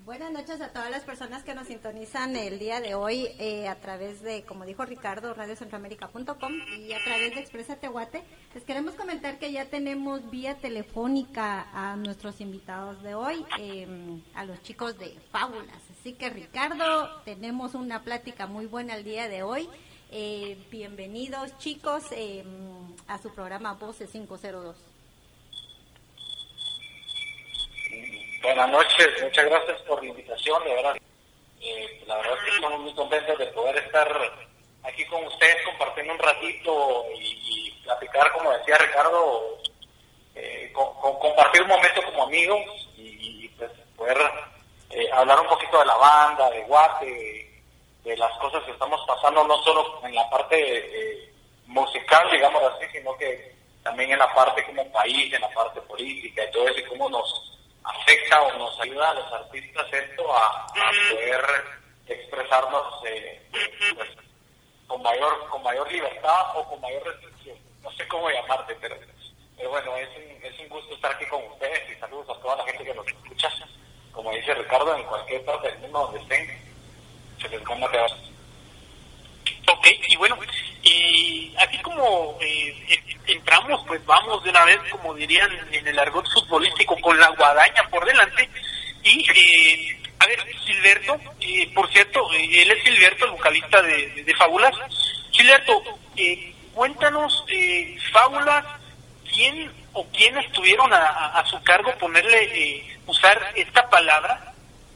Buenas noches a todas las personas que nos sintonizan el día de hoy a través de, como dijo Ricardo, radiocentroamerica.com y a través de Expresa Tehuate. Les queremos comentar que ya tenemos vía telefónica a nuestros invitados de hoy, a los chicos de Fábulas. Así que, Ricardo, tenemos una plática muy buena el día de hoy. Bienvenidos, chicos, a su programa Voces 502. Buenas noches, muchas gracias por la invitación, de verdad. La verdad es que estamos muy contentos de poder estar aquí con ustedes compartiendo un ratito y platicar, como decía Ricardo, compartir un momento como amigos y pues poder hablar un poquito de la banda, de Guate, de las cosas que estamos pasando, no solo en la parte musical, digamos así, sino que también en la parte como país, en la parte política y todo eso, y cómo nos afecta o nos ayuda a los artistas esto a poder expresarnos pues, con mayor libertad o con mayor restricción. No sé cómo llamarte, pero bueno, es un gusto estar aquí con ustedes y saludos a toda la gente que nos escucha. Como dice Ricardo, en cualquier parte del mundo donde estén, se les manda peor. Ok, y bueno, así como entramos, pues vamos de una vez, como dirían en el argot futbolístico, con la guadaña por delante. Y, a ver, Gilberto, por cierto, él es Gilberto, el vocalista de Fábulas. Gilberto, cuéntanos, Fábulas, ¿quién o quiénes tuvieron a su cargo ponerle, usar esta palabra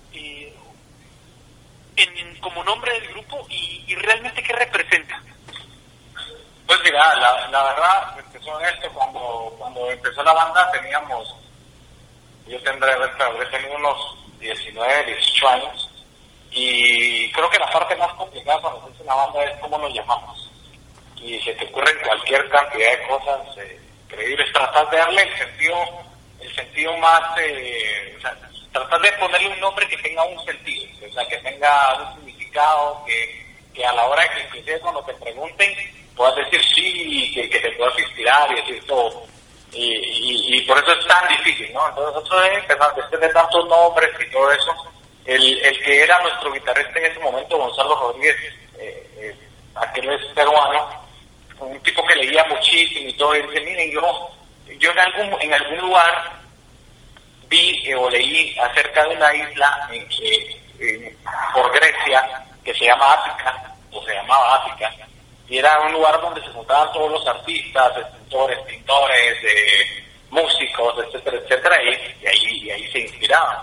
como nombre del grupo y realmente qué representa? Pues mira, la verdad, que son esto, cuando empezó la banda yo tendré tenido unos 19, 18 años, y creo que la parte más complicada cuando se hace una banda es cómo nos llamamos, y se te ocurren cualquier cantidad de cosas increíbles, tratar de darle el sentido más, o sea, tratar de ponerle un nombre que tenga un sentido, o sea, que tenga un significado, que a la hora de que inclusive cuando te pregunten puedas decir sí, que te puedas inspirar y decir todo, y por eso es tan difícil, ¿no? Entonces nosotros empezamos, después de tantos nombres y todo eso, el que era nuestro guitarrista en ese momento, Gonzalo Rodríguez, aquel es peruano, un tipo que leía muchísimo y todo, y dice, miren, yo en algún lugar vi o leí acerca de una isla por Grecia que se llama Ática, o se llamaba Ática, y era un lugar donde se juntaban todos los artistas, escritores, pintores, músicos, etcétera, etcétera, y ahí se inspiraban.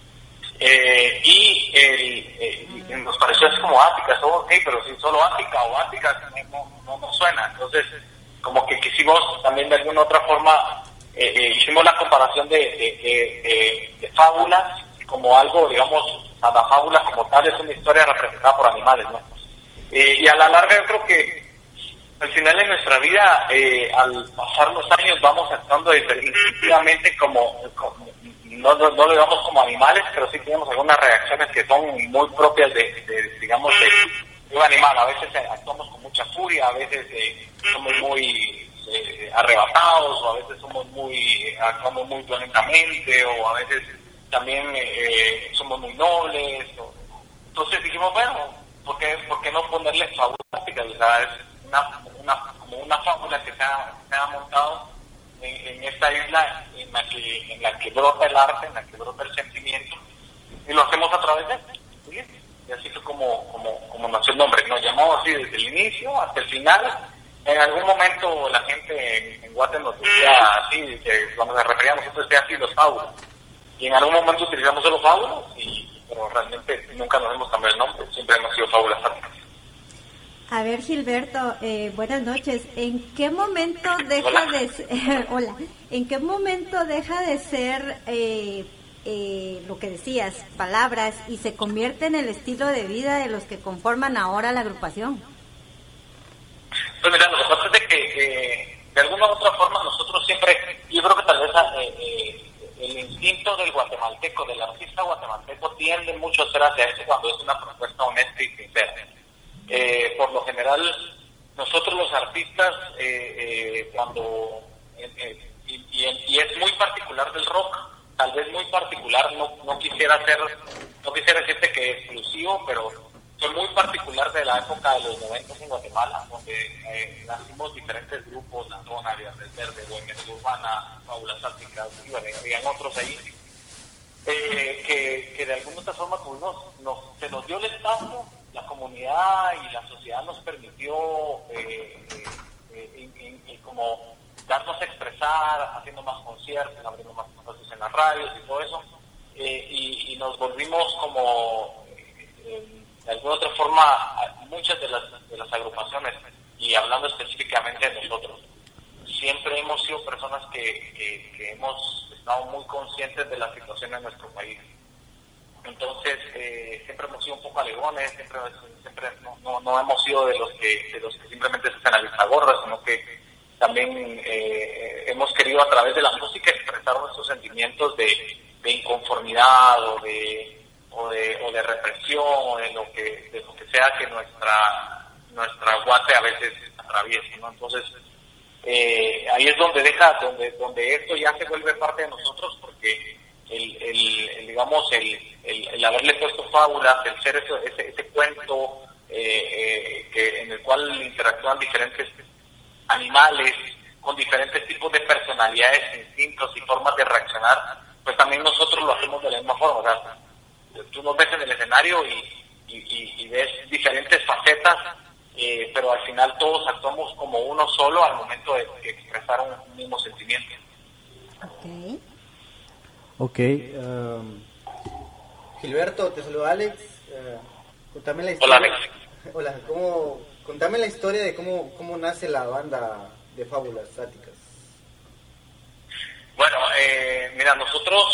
Nos pareció así como Ática, ok, pero si solo Ática o Ática no suena. Entonces, como que quisimos también de alguna otra forma, hicimos la comparación de Fábulas como algo, digamos, la fábula como tal es una historia representada por animales, ¿no? Y a la larga yo creo que al final de nuestra vida, al pasar los años, vamos actuando instintivamente no lo digamos como animales, pero sí tenemos algunas reacciones que son muy propias digamos, de un animal. A veces actuamos con mucha furia, a veces somos muy arrebatados, o a veces actuamos muy violentamente, o a veces también somos muy nobles. Entonces dijimos, bueno, ¿por qué no ponerle fabulástica? O sea, es como una fábula que se ha montado en esta isla en la que brota el arte, en la que brota el sentimiento, y lo hacemos a través de esto, ¿sí? Y así fue como nació el nombre. Nos llamamos así desde el inicio hasta el final. En algún momento la gente en Guate nos decía así, que cuando se refería a nosotros decía así los fábulas, y en algún momento utilizamos solo fábulas, pero realmente nunca nos hemos cambiado el nombre, siempre hemos sido Fábulas Áticas. A ver, Gilberto, buenas noches. ¿En qué momento deja de ser, hola, en qué momento deja de ser lo que decías, palabras, y se convierte en el estilo de vida de los que conforman ahora la agrupación? Pues mira, lo que pasa es de que de alguna u otra forma nosotros siempre, yo creo que tal vez el instinto del guatemalteco, del artista guatemalteco, tiende mucho a ser hacia eso cuando es una propuesta honesta y sincera. Por lo general, nosotros los artistas, cuando, y es muy particular del rock, tal vez muy particular, no quisiera decirte que es exclusivo, pero fue muy particular de la época de los 90 en Guatemala, donde nacimos diferentes grupos, La Zona, Días del Verde, Bohemia Urbana, Fábulas Áticas, y bueno, habían otros ahí, que de alguna otra forma se nos dio el espacio, la comunidad y la sociedad nos permitió como darnos a expresar, haciendo más conciertos, abriendo más espacios en las radios y todo eso, y nos volvimos como, de alguna otra forma, muchas de las agrupaciones, y hablando específicamente de nosotros, siempre hemos sido personas que hemos estado muy conscientes de la situación en nuestro país. Entonces, siempre hemos sido un poco alegones, siempre no hemos sido de los que simplemente se hacen a vista gorda, sino que también hemos querido a través de la música expresar nuestros sentimientos de inconformidad o de represión o de lo que sea que nuestra guate a veces atraviese, ¿no? Entonces ahí es donde esto ya se vuelve parte de nosotros, porque el haberle puesto fábulas, el ser ese cuento en el cual interactúan diferentes animales con diferentes tipos de personalidades, instintos y formas de reaccionar, pues también nosotros lo hacemos de la misma forma. O sea, tú nos ves en el escenario y ves diferentes facetas, pero al final todos actuamos como uno solo al momento de expresar un mismo sentimiento. Ok. Gilberto, te saludo Alex. Contame la historia. Hola, Alex. Hola, contame la historia de cómo nace la banda de Fábulas Áticas. Bueno, mira, nosotros,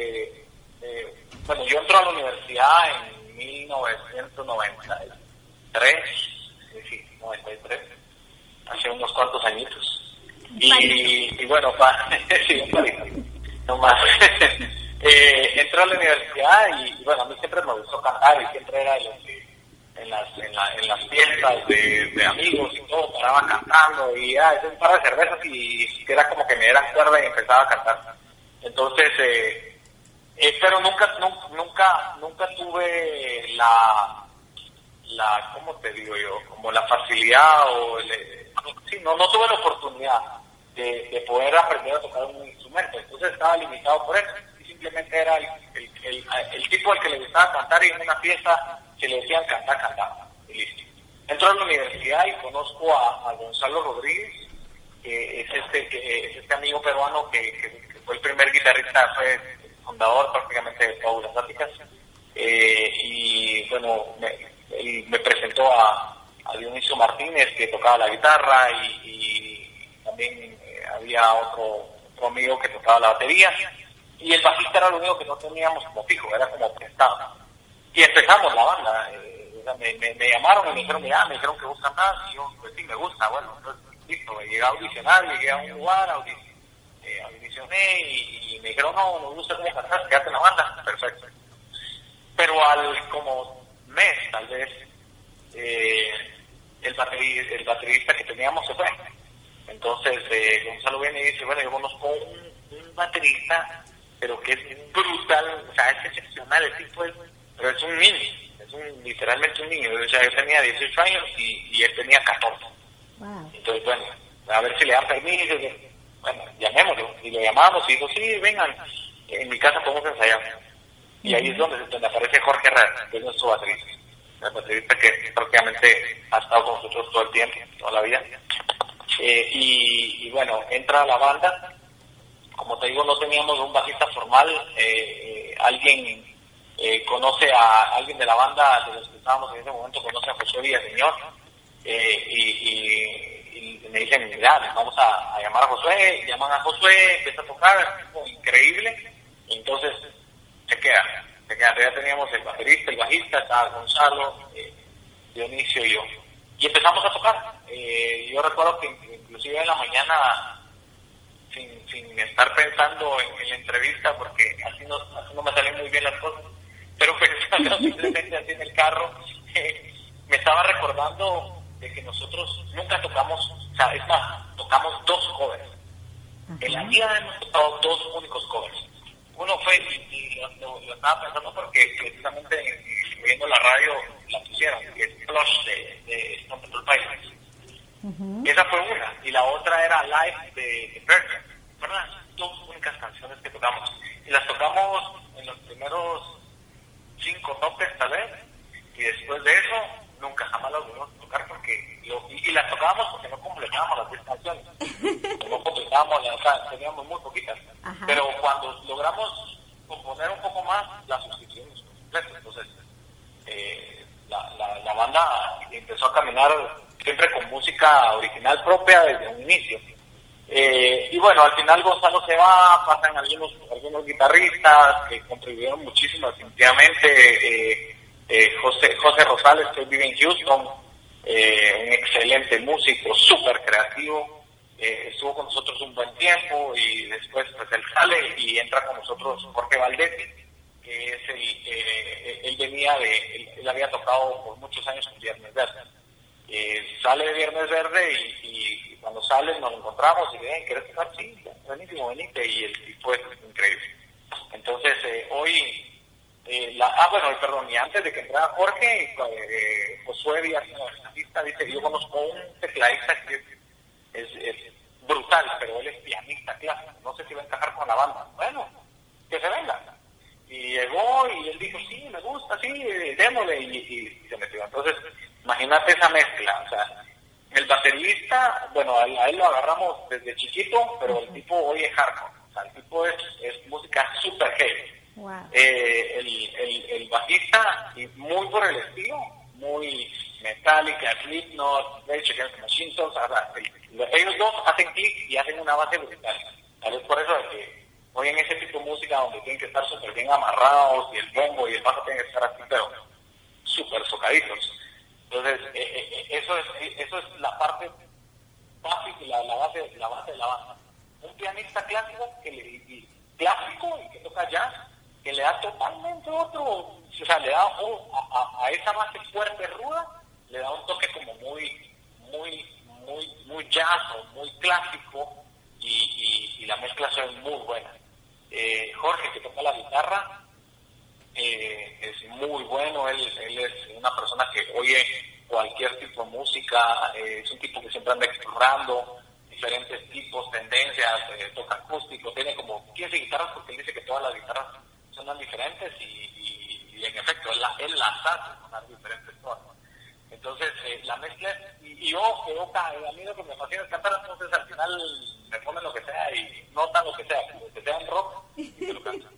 yo entro a la universidad en 1993, sí, 93, hace unos cuantos añitos. Y bueno, sí, no más. Entré a la universidad y bueno, a mí siempre me gustó cantar y siempre era en las fiestas de amigos y todo, paraba cantando y un par de cervezas y era como que me dieran cuerda y empezaba a cantar. Entonces, pero nunca tuve la ¿cómo te digo yo? Como la facilidad no tuve la oportunidad de poder aprender a tocar un instrumento. Entonces estaba limitado por eso. Simplemente era el tipo al que le gustaba cantar, y en una fiesta que le decían cantar, y listo. Entro a la universidad y conozco a Gonzalo Rodríguez, que es este amigo peruano que fue el primer guitarrista, fue el fundador prácticamente de Fábulas Áticas, y bueno, él me presentó a Dionisio Martínez, que tocaba la guitarra, y también había otro amigo que tocaba la batería, y el bajista era lo único que no teníamos como fijo, era como prestado. Y empezamos la banda. Me llamaron y me dijeron que buscan más, y yo, pues sí, me gusta. Bueno, entonces, listo, llegué a audicionar, llegué a un lugar, audicioné y me dijeron, no, nos gusta cómo cantas, quédate en la banda. Perfecto. Pero al como mes, tal vez, el baterista que teníamos se fue. Entonces, Gonzalo viene y dice, bueno, yo conozco un baterista, pero que es brutal, o sea, es excepcional, el tipo pero es un niño, literalmente un niño. O sea, yo tenía 18 años y él tenía 14. Wow. Entonces, bueno, a ver si le dan permiso. Bueno, llamémoslo. Y lo llamamos y dijo, sí, vengan, en mi casa podemos ensayar. Y ahí es donde aparece Jorge Herrera, que es nuestro baterista. El baterista que prácticamente ha estado con nosotros todo el tiempo, toda la vida. Y bueno, entra a la banda. Como te digo, no teníamos un bajista formal. Alguien conoce a alguien de la banda, de los que estábamos en ese momento, conoce a José Villaseñor, y me dicen, mira, vamos a llamar a Josué. Llaman a Josué, empieza a tocar, es increíble, y entonces se queda. Ya teníamos el baterista, el bajista, estaba Gonzalo, Dionisio y yo, y empezamos a tocar. Yo recuerdo que inclusive en la mañana, sin estar pensando en la entrevista, porque así no me salen muy bien las cosas, pero pensando simplemente así en el carro, me estaba recordando de que nosotros nunca tocamos, o sea, es más, tocamos 2 covers. En la vida hemos tocado 2 únicos covers. uno fue, y lo estaba pensando porque precisamente viendo la radio la pusieron, que es Plush de Stone Temple Pilots. Esa fue una, y la otra era Live de Berkeley. Fueron las dos únicas canciones que tocamos, y las tocamos en los primeros 5 toques tal vez, y después de eso nunca jamás las volvimos a tocar porque y las tocábamos porque no completábamos las 10 canciones, no completábamos, o sea, teníamos muy poquitas. Ajá. Pero cuando logramos componer un poco más, las sustituimos completas. Entonces la banda empezó a caminar siempre con música original propia desde un inicio. Y bueno, al final Gonzalo se va, pasan algunos guitarristas que contribuyeron muchísimo definitivamente. José Rosales, que hoy vive en Houston, un excelente músico, súper creativo, estuvo con nosotros un buen tiempo y después pues él sale y entra con nosotros Jorge Valdetti, que es él venía él había tocado por muchos años con Viernes Verde. Sale de Viernes Verde y cuando sale nos encontramos y ven, ¿quieres tocar? Sí, buenísimo, venite, y fue increíble. Entonces hoy y antes de que entrara Jorge, Josué Díaz, artista, dice, yo conozco un tecladista que es brutal, pero él es pianista clásico, no sé si va a encajar con la banda. Bueno, que se venga. Y llegó y él dijo, sí, me gusta, sí, démosle, y se metió. Entonces, imagínate esa mezcla, o sea, el baterista, bueno, a él lo agarramos desde chiquito, pero el tipo hoy es hardcore, o sea, el tipo es música super heavy. Wow. El bajista, y muy por el estilo, muy Metallica, Slipknot, Rage Against the Machine, o sea, ellos dos hacen clic y hacen una base brutal. Tal vez por eso es que hoy en ese tipo de música donde tienen que estar súper bien amarrados y el bombo y el bajo tienen que estar así, pero súper socaditos. Entonces, eso es la parte básica, la base de la banda. Un pianista clásico clásico y que toca jazz, que le da totalmente otro, o sea, le da a esa base fuerte, ruda, le da un toque como muy jazz o muy clásico, y la mezcla son muy buena. Jorge, que toca la guitarra, es muy bueno, él es una persona que oye cualquier tipo de música, es un tipo que siempre anda explorando diferentes tipos, tendencias, toca acústico, tiene como 15 guitarras porque él dice que todas las guitarras sonan diferentes y en efecto él las hace sonar diferentes todas. Entonces la mezcla, y yo a mí lo que me fascina es cantar, entonces al final me ponen lo que sea y no tan lo que sea en rock y te lo cantan.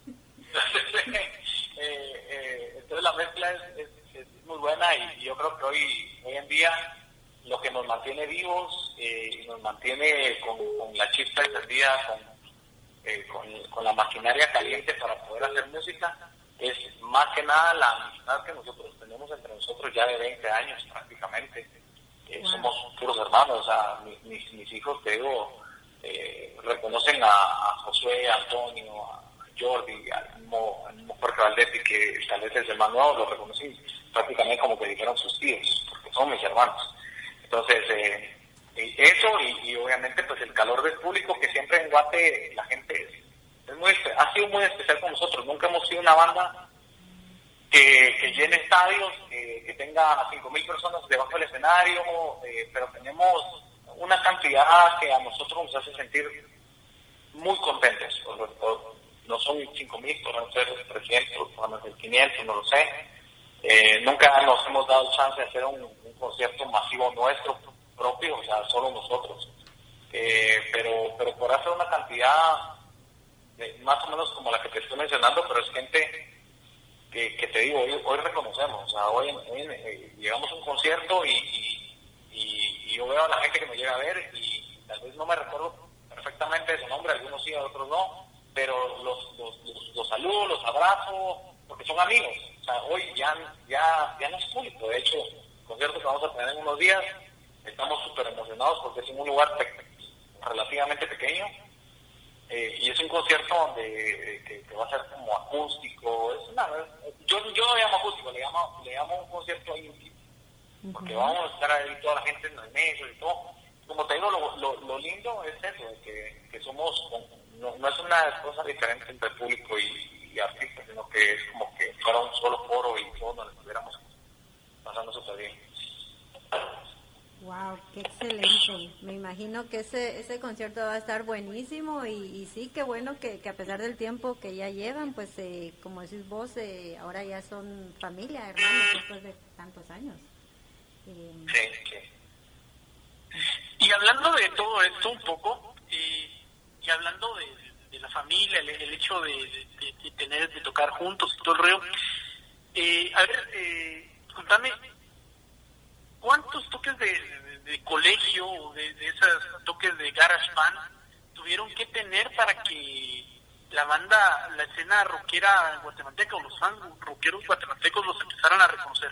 Entonces la mezcla es muy buena, y yo creo que hoy en día lo que nos mantiene vivos y nos mantiene con la chispa encendida, con la maquinaria caliente para poder hacer música, es más que nada la amistad que nosotros tenemos entre nosotros ya de 20 años prácticamente. Somos puros hermanos, o sea, mis hijos, te digo, reconocen a Josué, a Antonio, a Jordi, al mismo Jorge Valdetti, que tal vez es el más nuevo, lo reconocí prácticamente como que dijeron sus tíos, porque son mis hermanos. Entonces, eso y obviamente pues el calor del público, que siempre en Guate la gente ha sido muy especial con nosotros. Nunca hemos sido una banda que llene estadios, que tenga 5,000 personas debajo del escenario, pero tenemos una cantidad que a nosotros nos hace sentir muy contentos. No son 5,000, pueden ser 300, pueden ser 500, no lo sé. Nunca nos hemos dado chance de hacer un concierto masivo nuestro propio, o sea, solo nosotros. Pero por hacer una cantidad más o menos como la que te estoy mencionando, pero es gente que te digo, hoy reconocemos, o sea, hoy llegamos a un concierto y yo veo a la gente que me llega a ver y tal vez no me recuerdo perfectamente de su nombre, algunos sí, otros no, pero los saludo, los abrazo, porque son amigos. O sea, hoy ya no es público. De hecho, el concierto que vamos a tener en unos días, estamos súper emocionados porque es en un lugar relativamente pequeño, y es un concierto donde que va a ser como acústico. Yo lo llamo acústico, le llamo un concierto íntimo, porque vamos a estar ahí toda la gente en el medio y todo. Como te digo, lo lindo es eso, que somos no es una cosa diferente entre público y artista, sino que es como que fuera un solo foro y todos nos estuviéramos pasando súper bien. Wow, qué excelente. Me imagino que ese concierto va a estar buenísimo y sí, qué bueno que a pesar del tiempo que ya llevan, pues como decís vos, ahora ya son familia, hermanos, después de tantos años. Sí. Y hablando de todo esto un poco, y hablando de la familia, el hecho de tocar juntos y todo el rollo, a ver, contame, ¿cuántos toques de colegio o de esos toques de garage band tuvieron que tener para que la escena rockera guatemalteca o los fans rockeros guatemaltecos los empezaran a reconocer?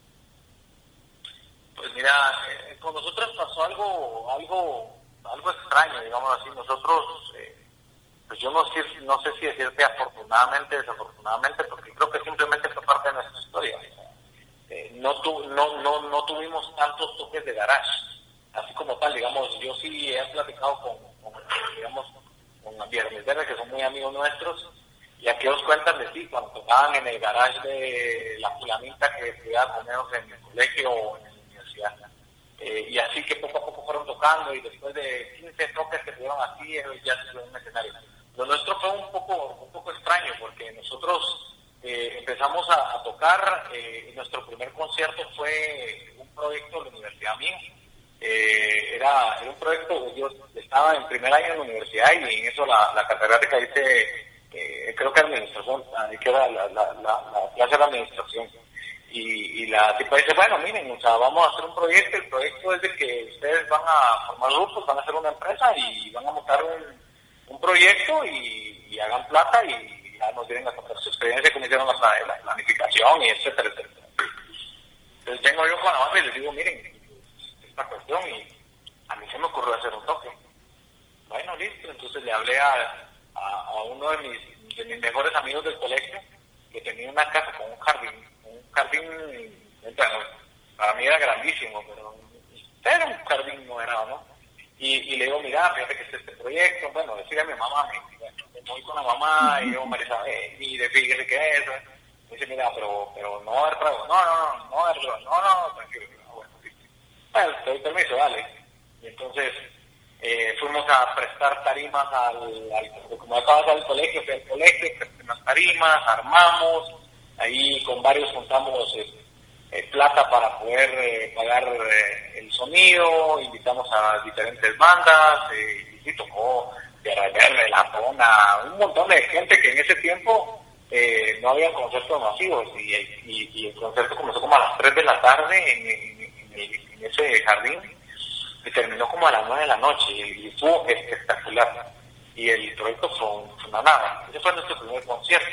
Pues mira, con nosotros pasó algo extraño, digamos así. Nosotros, pues yo no sé si decirte afortunadamente, desafortunadamente, porque creo que simplemente fue parte de nuestra historia. No tuvimos tantos toques de garage, así como tal, digamos. Yo sí he platicado con Viernes Verde, que son muy amigos nuestros, y aquellos cuentan de sí, cuando tocaban en el garage de la fulanita que estudiaba con ellos en el colegio o en la universidad. Y así que poco a poco fueron tocando, y después de 15 toques que tuvieron así, ya se subieron a un escenario. Lo nuestro fue un poco extraño, porque nosotros empezamos a tocar. Nuestro primer concierto fue un proyecto de la universidad mía. Era un proyecto, yo estaba en primer año en la universidad, y en eso la catedrática dice, creo que administración, que era la clase de administración, y la tipa dice, bueno, miren, o sea, vamos a hacer un proyecto. El proyecto es de que ustedes van a formar grupos, van a hacer una empresa y van a montar un proyecto y hagan plata, y ya nos vienen a contar su experiencia, cómo hicieron la planificación, y etcétera, etcétera. Entonces vengo yo con la banda y les digo, miren, esta cuestión, y a mí se me ocurrió hacer un toque. Bueno, listo. Entonces le hablé a uno de mis mejores amigos del colegio, que tenía una casa con un jardín, bueno, para mí era grandísimo, pero era un jardín moderado, ¿no? Y le digo, mira, fíjate que es este proyecto. Bueno, decirle a mi mamá, me voy con la mamá, y yo, Marisa, mire, fíjese que es eso. Me dice, mira, pero no va a haber trago. No, tranquilo. Bueno, sí. Bueno, te doy permiso, dale. Y entonces fuimos a prestar tarimas como acabas del colegio, fui al colegio, presté unas tarimas, armamos, ahí con varios juntamos plata para poder pagar el sonido, invitamos a diferentes bandas, y tocó de Verde, La Tona, un montón de gente que en ese tiempo no había conciertos masivos, y el concierto comenzó como a las 3 de la tarde en ese jardín, y terminó como a las 9 de la noche, y estuvo espectacular, y el proyecto fue una nada. Ese fue nuestro primer concierto.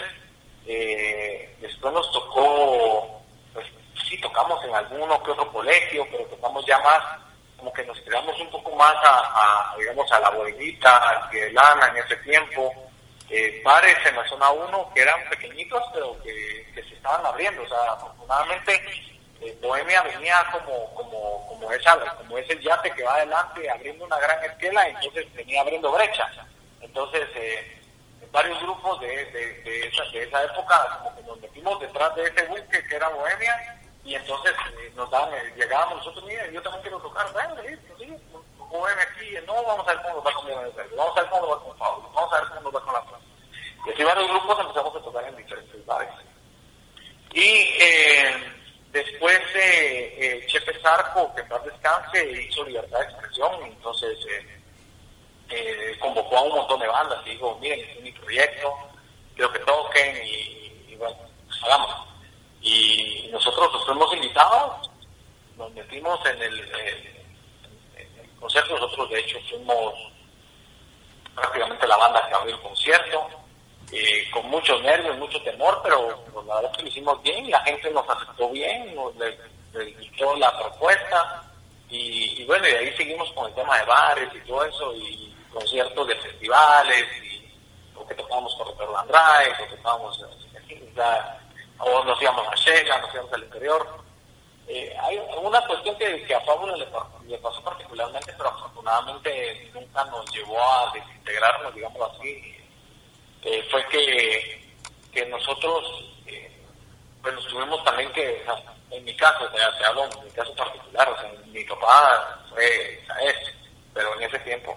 Después nos tocó, pues sí, tocamos en alguno que otro colegio, pero tocamos ya más, como que nos tiramos un poco más digamos, a la bodeguita, al pie de lana en ese tiempo. Bares en la zona 1 que eran pequeñitos, pero que se estaban abriendo. O sea, afortunadamente Bohemia venía como ese yate que va adelante abriendo una gran esquela, entonces venía abriendo brecha. Entonces varios grupos de esa época como que nos metimos detrás de ese buque que era Bohemia, y entonces llegábamos nosotros, mira, yo también quiero tocar. Bueno, listo, sí, Bohemia aquí, no, vamos a ver cómo nos va con Viernes Verde, vamos a ver cómo nos va con Pablo, vamos a ver cómo nos va con La Plaza. Y así varios grupos empezamos a tocar en diferentes bares. Y después Chepe Zarco, que en paz descanse, hizo Libertad de Expresión, entonces convocó a un montón de bandas y dijo, miren, este es mi proyecto, quiero que toquen, y bueno, pues hagamos. Y nosotros los fuimos invitados, nos metimos en el concierto. Nosotros de hecho fuimos prácticamente la banda que abrió el concierto, con muchos nervios, mucho temor, pero pues, la verdad es que lo hicimos bien, y la gente nos aceptó bien, les gustó la propuesta, y bueno, y de ahí seguimos con el tema de bares y todo eso, y conciertos de festivales, o que tocábamos con Roberto Andrade, o tocábamos o nos íbamos a Shela, nos íbamos al interior, hay una cuestión que a Fábula le pasó particularmente, pero afortunadamente nunca nos llevó a desintegrarnos, digamos así. Fue que nosotros pues nos tuvimos también que, en mi caso, o sea, te hablo en mi caso particular, o sea, mi papá fue pero en ese tiempo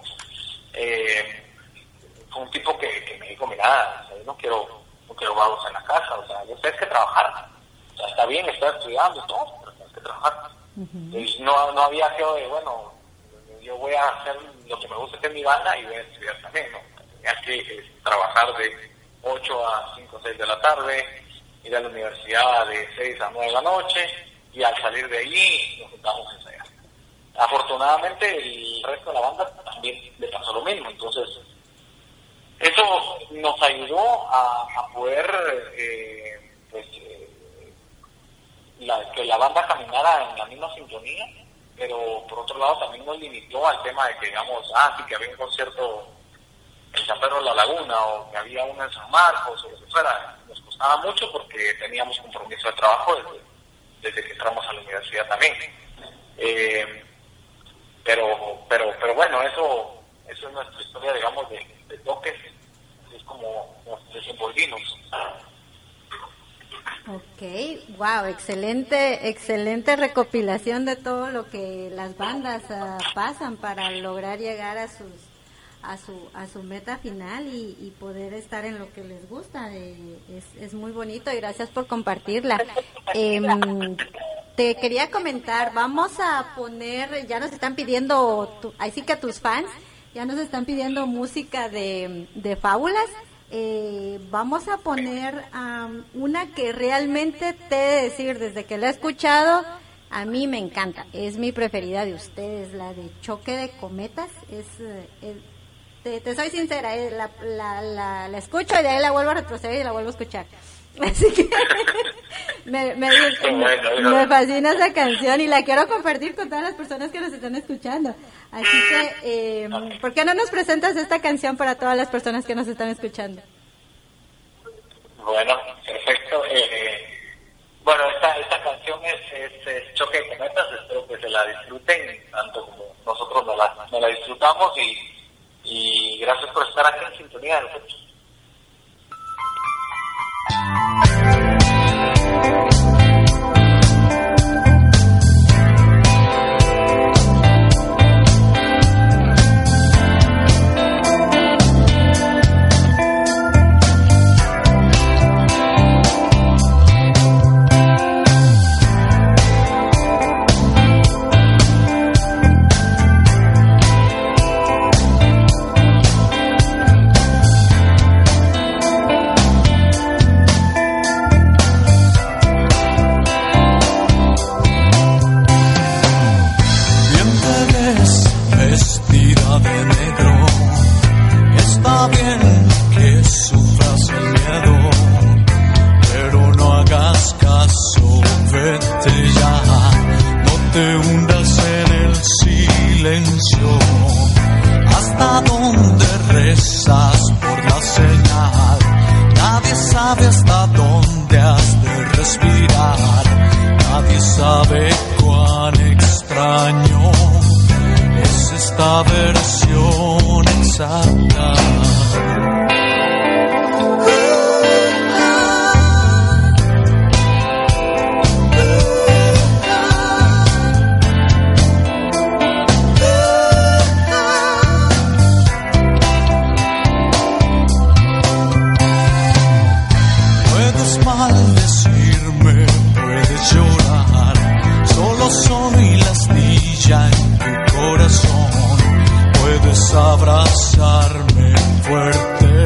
fue un tipo que me dijo, mira, o sea, yo no quiero vagos en la casa, o sea, yo tienes que trabajar, o sea, está bien, estás estudiando y todo, pero tienes que trabajar. Entonces no había quedado de, bueno, yo voy a hacer lo que me gusta, que es mi banda, y voy a estudiar también, ¿no? Tenía que trabajar de 8 a 5 o 6 de la tarde, ir a la universidad de 6 a 9 de la noche, y al salir de allí nos juntamos a ensayar. Afortunadamente el resto de la banda también le pasó lo mismo, entonces eso nos ayudó a poder que la banda caminara en la misma sintonía, pero por otro lado también nos limitó al tema de que, digamos, sí, que había un concierto en San Pedro de la Laguna, o que había uno en San Marcos, o lo que fuera. Nos costaba mucho porque teníamos compromiso de trabajo desde que entramos a la universidad también. Pero bueno, eso es nuestra historia, digamos, de toques. Es como nos desenvolvimos. Ok, wow, excelente recopilación de todo lo que las bandas pasan para lograr llegar a su meta final y poder estar en lo que les gusta. Es muy bonito y gracias por compartirla. Te quería comentar, vamos a poner, ya nos están pidiendo, así que a tus fans, ya nos están pidiendo música de Fábulas. Vamos a poner una que realmente te he de decir, desde que la he escuchado, a mí me encanta, es mi preferida de ustedes, la de Choque de Cometas. Te soy sincera, la escucho y de ahí la vuelvo a retroceder y la vuelvo a escuchar. Así que me fascina esa canción y la quiero compartir con todas las personas que nos están escuchando. Así que, ¿por qué no nos presentas esta canción para todas las personas que nos están escuchando? Bueno, perfecto. Bueno, esta canción es Choque de Cometas. Espero que se la disfruten tanto como nosotros nos la disfrutamos, y gracias por estar aquí en sintonía de nosotros. Abrazarme fuerte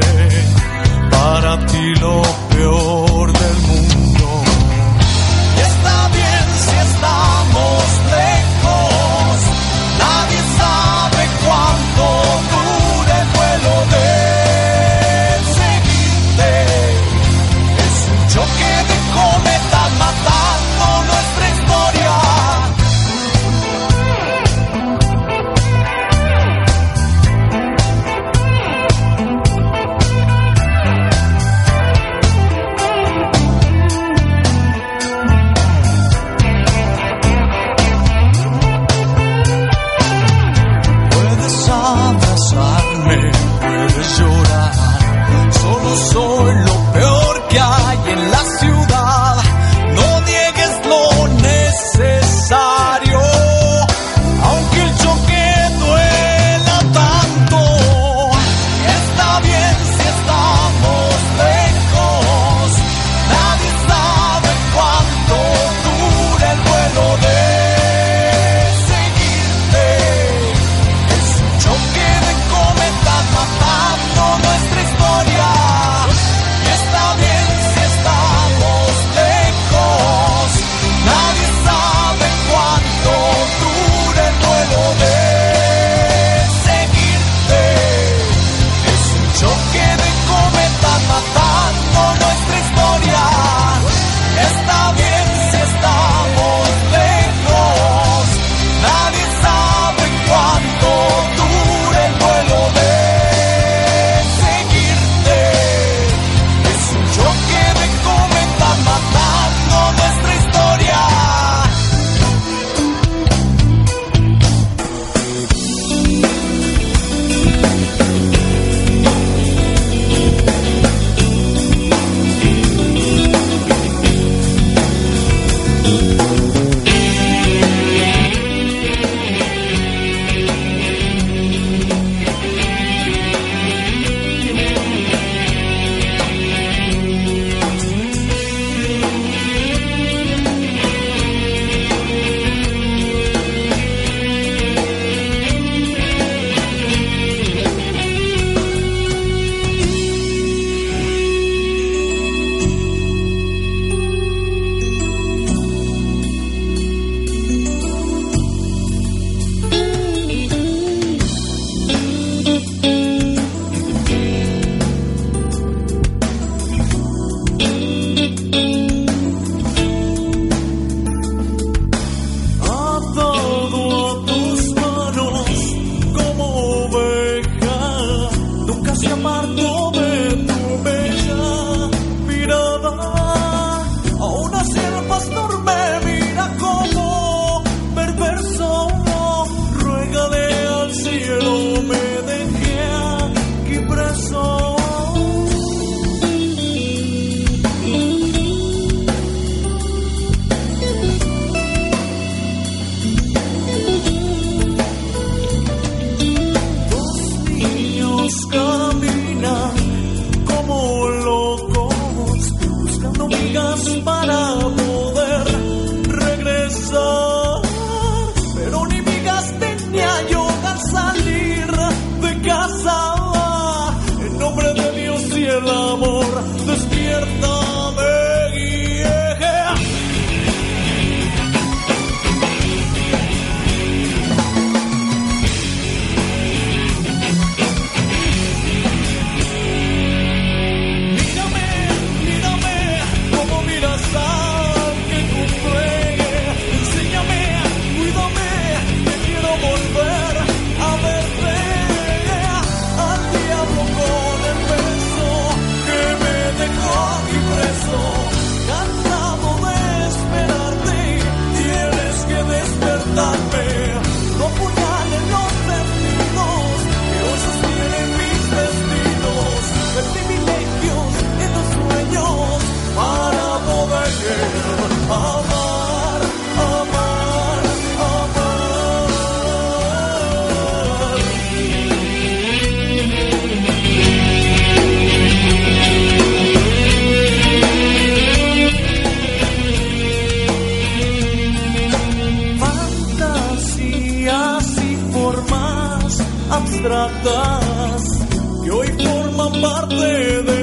que hoy forman parte de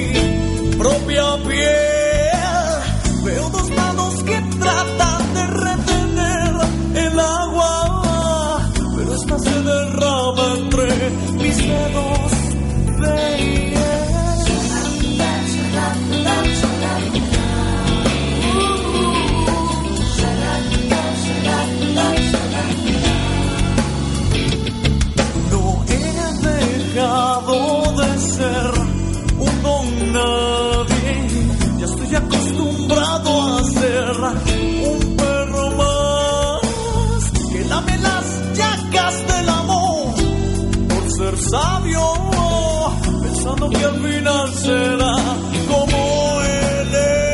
mi propia piel. Veo dos manos que tratan de retener el agua, pero esta se derrama entre mis dedos de hiel. De ser un don nadie, ya estoy acostumbrado a ser un perro más que lame las llagas del amor por ser sabio, pensando que al final será como él es.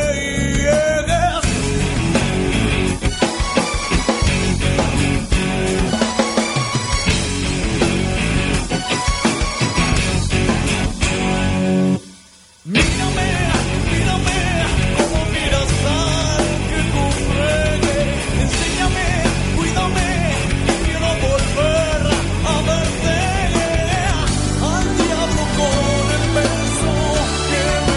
Que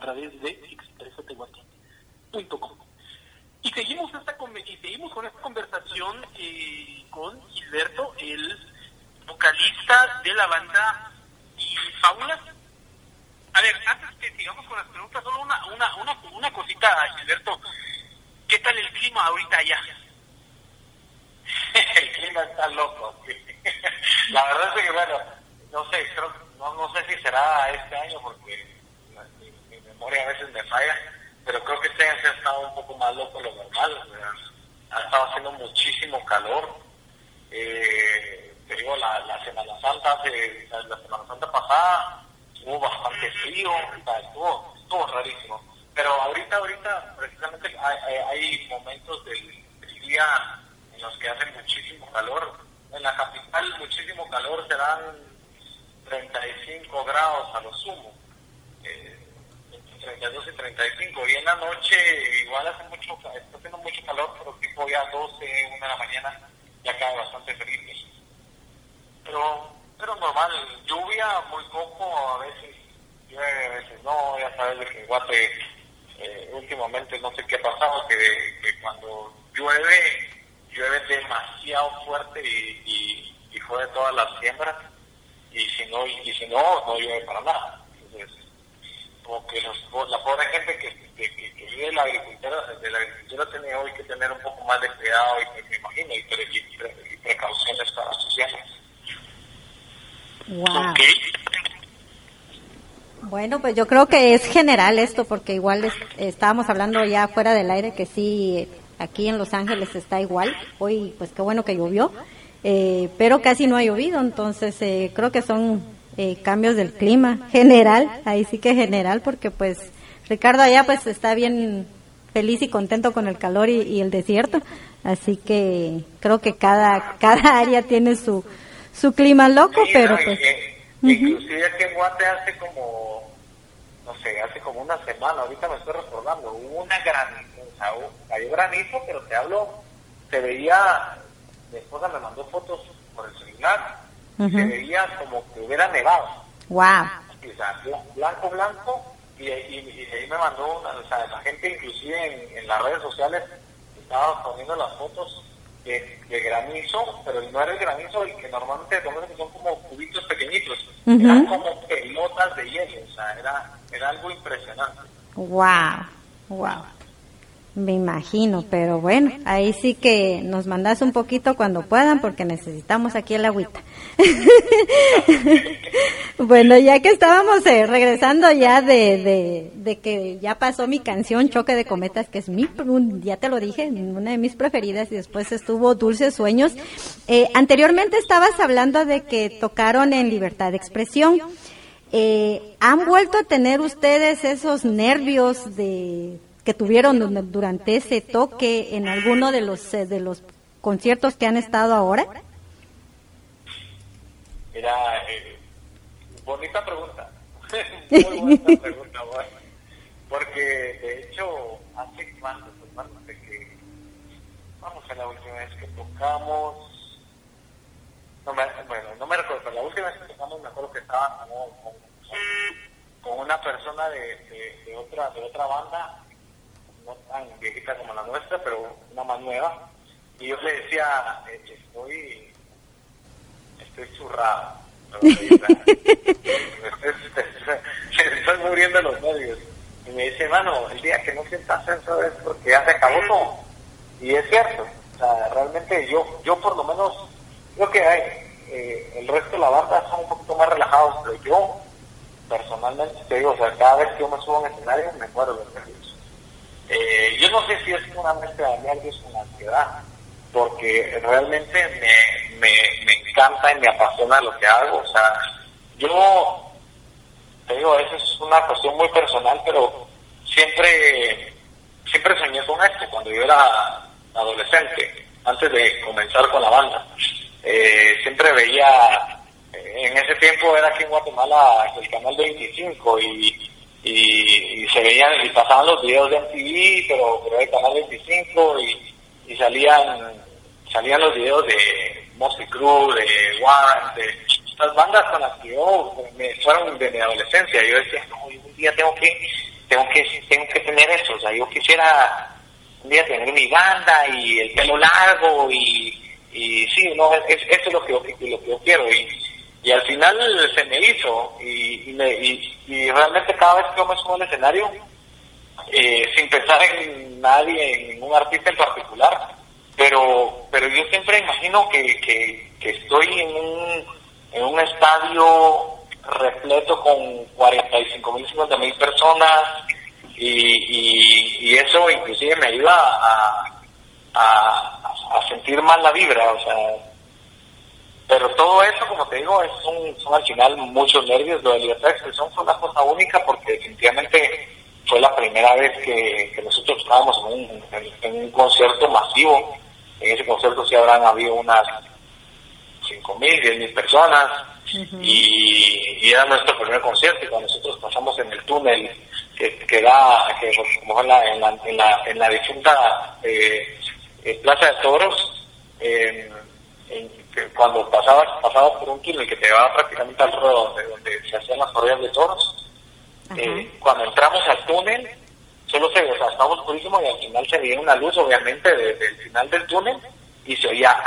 través de expresatehuate.com. Y seguimos con esta conversación con Gilberto, el vocalista de la banda y Fábulas. A ver, antes que sigamos con las preguntas, solo una cosita, Gilberto. ¿Qué tal el clima ahorita allá? El clima está loco. La verdad es que, bueno, no sé, no sé si será este año porque mi memoria a veces me falla, pero creo que este año se ha estado un poco más loco de lo normal. Ha estado haciendo muchísimo calor. Te digo, la Semana Santa pasada hubo bastante frío, estuvo rarísimo. Pero ahorita precisamente hay momentos del día en los que hace muchísimo calor. En la capital muchísimo calor, serán 35 grados a lo sumo, 32 y 35, y en la noche igual está haciendo mucho calor, pero tipo ya 12, 1 de la mañana ya cae bastante frío. Pero normal, lluvia muy poco, a veces llueve, a veces no. Ya sabes de que en Guate últimamente no sé qué ha pasado, que cuando llueve demasiado fuerte y jode todas las siembras, y si no llueve para nada. Entonces, como que la pobre gente que vive de la agricultura tiene hoy que tener un poco más de cuidado, y me imagino, y precauciones para sus siembras. Wow. Okay. Bueno, pues yo creo que es general esto, porque igual estábamos hablando ya fuera del aire que sí, aquí en Los Ángeles está igual. Hoy, pues qué bueno que llovió, pero casi no ha llovido, entonces creo que son cambios del clima general, ahí sí que general, porque pues Ricardo allá pues está bien feliz y contento con el calor y el desierto, así que creo que cada área tiene su clima loco, sí, pero pues... Inclusive aquí en Guate hace como una semana, ahorita me estoy recordando, hubo una granizo, cayó granizo, pero se veía, mi esposa me mandó fotos por el celular, se veía como que hubiera nevado. Wow. O sea, blanco, y ahí me mandó, la gente inclusive en las redes sociales estaba poniendo las fotos de granizo, pero no era el granizo el que normalmente son como cubitos pequeñitos, eran como pelotas de hielo, o sea, era algo impresionante. Wow, me imagino, pero bueno, ahí sí que nos mandas un poquito cuando puedan, porque necesitamos aquí el agüita. Bueno, ya que estábamos regresando ya de que ya pasó mi canción Choque de Cometas, que es ya te lo dije, una de mis preferidas, y después estuvo Dulces Sueños. Anteriormente estabas hablando de que tocaron en Libertad de Expresión. ¿Han vuelto a tener ustedes esos nervios que tuvieron durante ese toque en alguno de los conciertos que han estado ahora? Mira, bonita pregunta. Muy buena pregunta, bueno. Porque de hecho, hace cuánto, de que vamos a la última vez que tocamos, no me recuerdo, pero la última vez que tocamos me acuerdo que estaba con una persona de otra banda, no tan viejita como la nuestra, pero una más nueva, y yo le decía, estoy zurrado, estoy muriendo los nervios, y me dice, mano, el día que no sientas eso es porque ya se acabó todo, y es cierto, o sea, realmente yo por lo menos, creo que el resto de la banda son un poquito más relajados, pero yo personalmente te digo, o sea, cada vez que yo me subo a un escenario me muero los nervios. Yo no sé si es una mezcla de nervios con ansiedad, porque realmente me encanta y me apasiona lo que hago. O sea, yo te digo, eso es una cuestión muy personal, pero siempre soñé con esto cuando yo era adolescente, antes de comenzar con la banda. Siempre veía, en ese tiempo era aquí en Guatemala el canal 25 y se veían y pasaban los videos de MTV, pero el canal 25 y salían los videos de Motley Crue, de Warrant, de estas bandas con las que yo fueron de mi adolescencia. Yo decía, no, un día tengo que tengo que tener eso. O sea, yo quisiera un día tener mi banda y el pelo largo y sí, no, eso es lo que yo quiero. Y al final se me hizo y realmente cada vez que yo me subo al escenario, sin pensar en nadie, en ningún artista en particular, pero yo siempre imagino que estoy en un estadio repleto con 45,000, 50,000 personas y eso inclusive me ayuda a sentir más la vibra, o sea, pero todo eso, como te digo, son al final muchos nervios. Lo de Libertad de Expresión fue una cosa única porque definitivamente fue la primera vez que nosotros estábamos en un concierto masivo. En ese concierto sí habrán habido unas 5,000, 10,000 personas. Uh-huh. Y era nuestro primer concierto, y cuando nosotros pasamos en el túnel que como en la difunta Plaza de Toros, cuando pasabas por un túnel que te llevaba prácticamente al ruedo donde se hacían las corridas de toros, cuando entramos al túnel solo estábamos purísimos y al final se veía una luz obviamente del final del túnel y se oía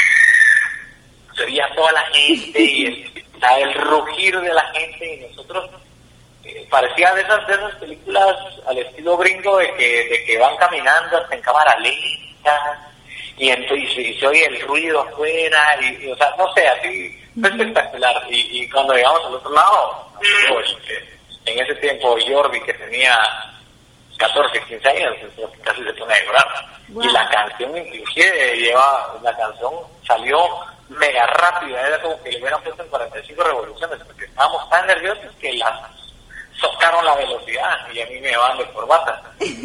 toda la gente y el rugir de la gente, y nosotros parecía de esas películas al estilo gringo de que van caminando hasta en cámara lenta y se oye el ruido afuera y o sea, no sé, así fue espectacular. Y cuando llegamos al otro lado, en ese tiempo Jordi, que tenía 14, 15 años, casi se pone a llorar. Wow. Y la canción inclusive la canción salió mega rápida, era como que le hubieran puesto en 45 revoluciones, porque estábamos tan nerviosos que las socaron la velocidad y a mí me van de corbata.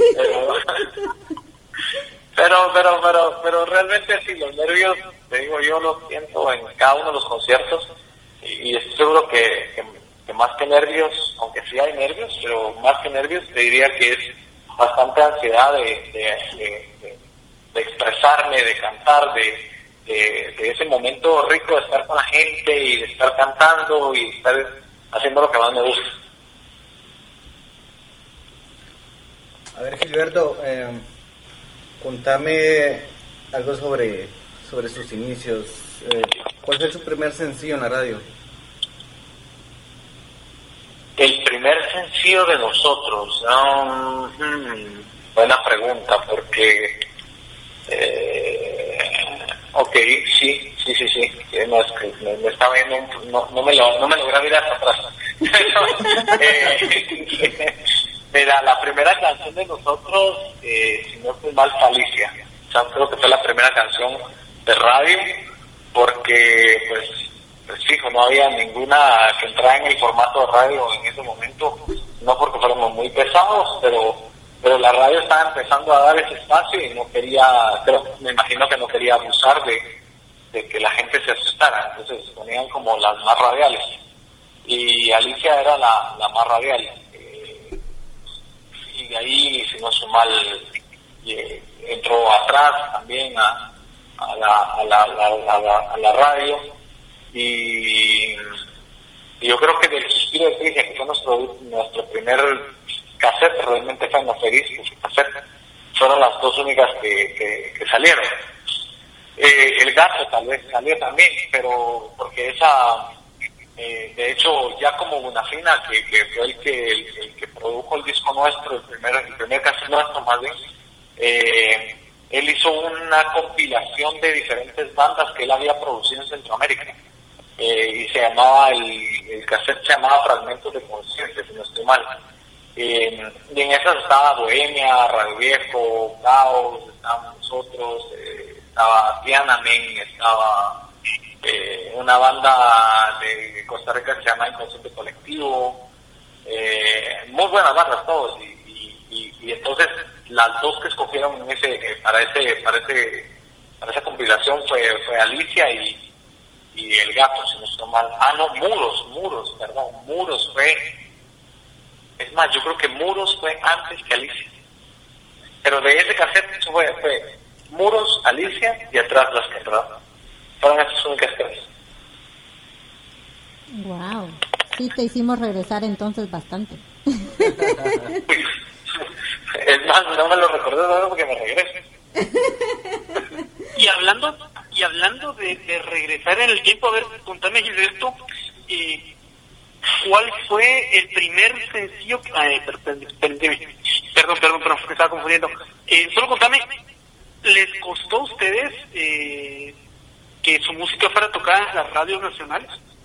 Pero realmente sí, los nervios, te digo, yo los siento en cada uno de los conciertos y estoy seguro que más que nervios, aunque sí hay nervios, pero más que nervios te diría que es bastante ansiedad de expresarme, de cantar, de ese momento rico de estar con la gente y de estar cantando y estar haciendo lo que más me gusta. A ver, Gilberto, contame algo sobre sus inicios. ¿Cuál fue su primer sencillo en la radio? El primer sencillo de nosotros, buena pregunta, porque sí, me está viendo, no me logré mirar hasta atrás. Mira, la primera canción de nosotros, si no fue mal, fue Alicia. O sea, creo que fue la primera canción de radio, porque pues fijo, no había ninguna que entrara en el formato de radio en ese momento, no porque fuéramos muy pesados, pero la radio estaba empezando a dar ese espacio y no quería, me imagino que no quería abusar de que la gente se asustara, entonces ponían como las más radiales, y Alicia era la más radial, y de ahí, si no es mal, entró atrás también a la radio. Y yo creo que del Suspiro de Tricia, que fue nuestro primer cassette, realmente fue No Feliz, cassette, fueron las dos únicas que salieron. El Gato tal vez salió también, pero porque esa, de hecho, ya como Bonafina, que fue el que produjo el disco nuestro, el primer cassette nuestro más bien, él hizo una compilación de diferentes bandas que él había producido en Centroamérica. Y se llamaba, el cassette se llamaba Fragmentos de Conciencia, si no estoy mal. Y en esas estaba Bohemia, Radio Viejo, Caos, estábamos nosotros, estaba Tiananmen, estaba una banda de Costa Rica que se llama Inconsciente Colectivo, muy buenas bandas todos, y entonces las dos que escogieron para esa compilación fue Alicia y El Gato, si no estoy mal. Muros fue, es más, yo creo que Muros fue antes que Alicia, pero de ese cassette fue Muros, Alicia y atrás Las que entraron. Fueron esas únicas tres. Wow, sí te hicimos regresar entonces bastante. Es más, no me lo recordé porque me regreso. Y hablando de regresar en el tiempo, a ver, contame, Gilberto, ¿cuál fue el primer sencillo? Perdón, me estaba confundiendo. Solo contame, ¿les costó a ustedes que su música fuera tocada en las radios nacionales?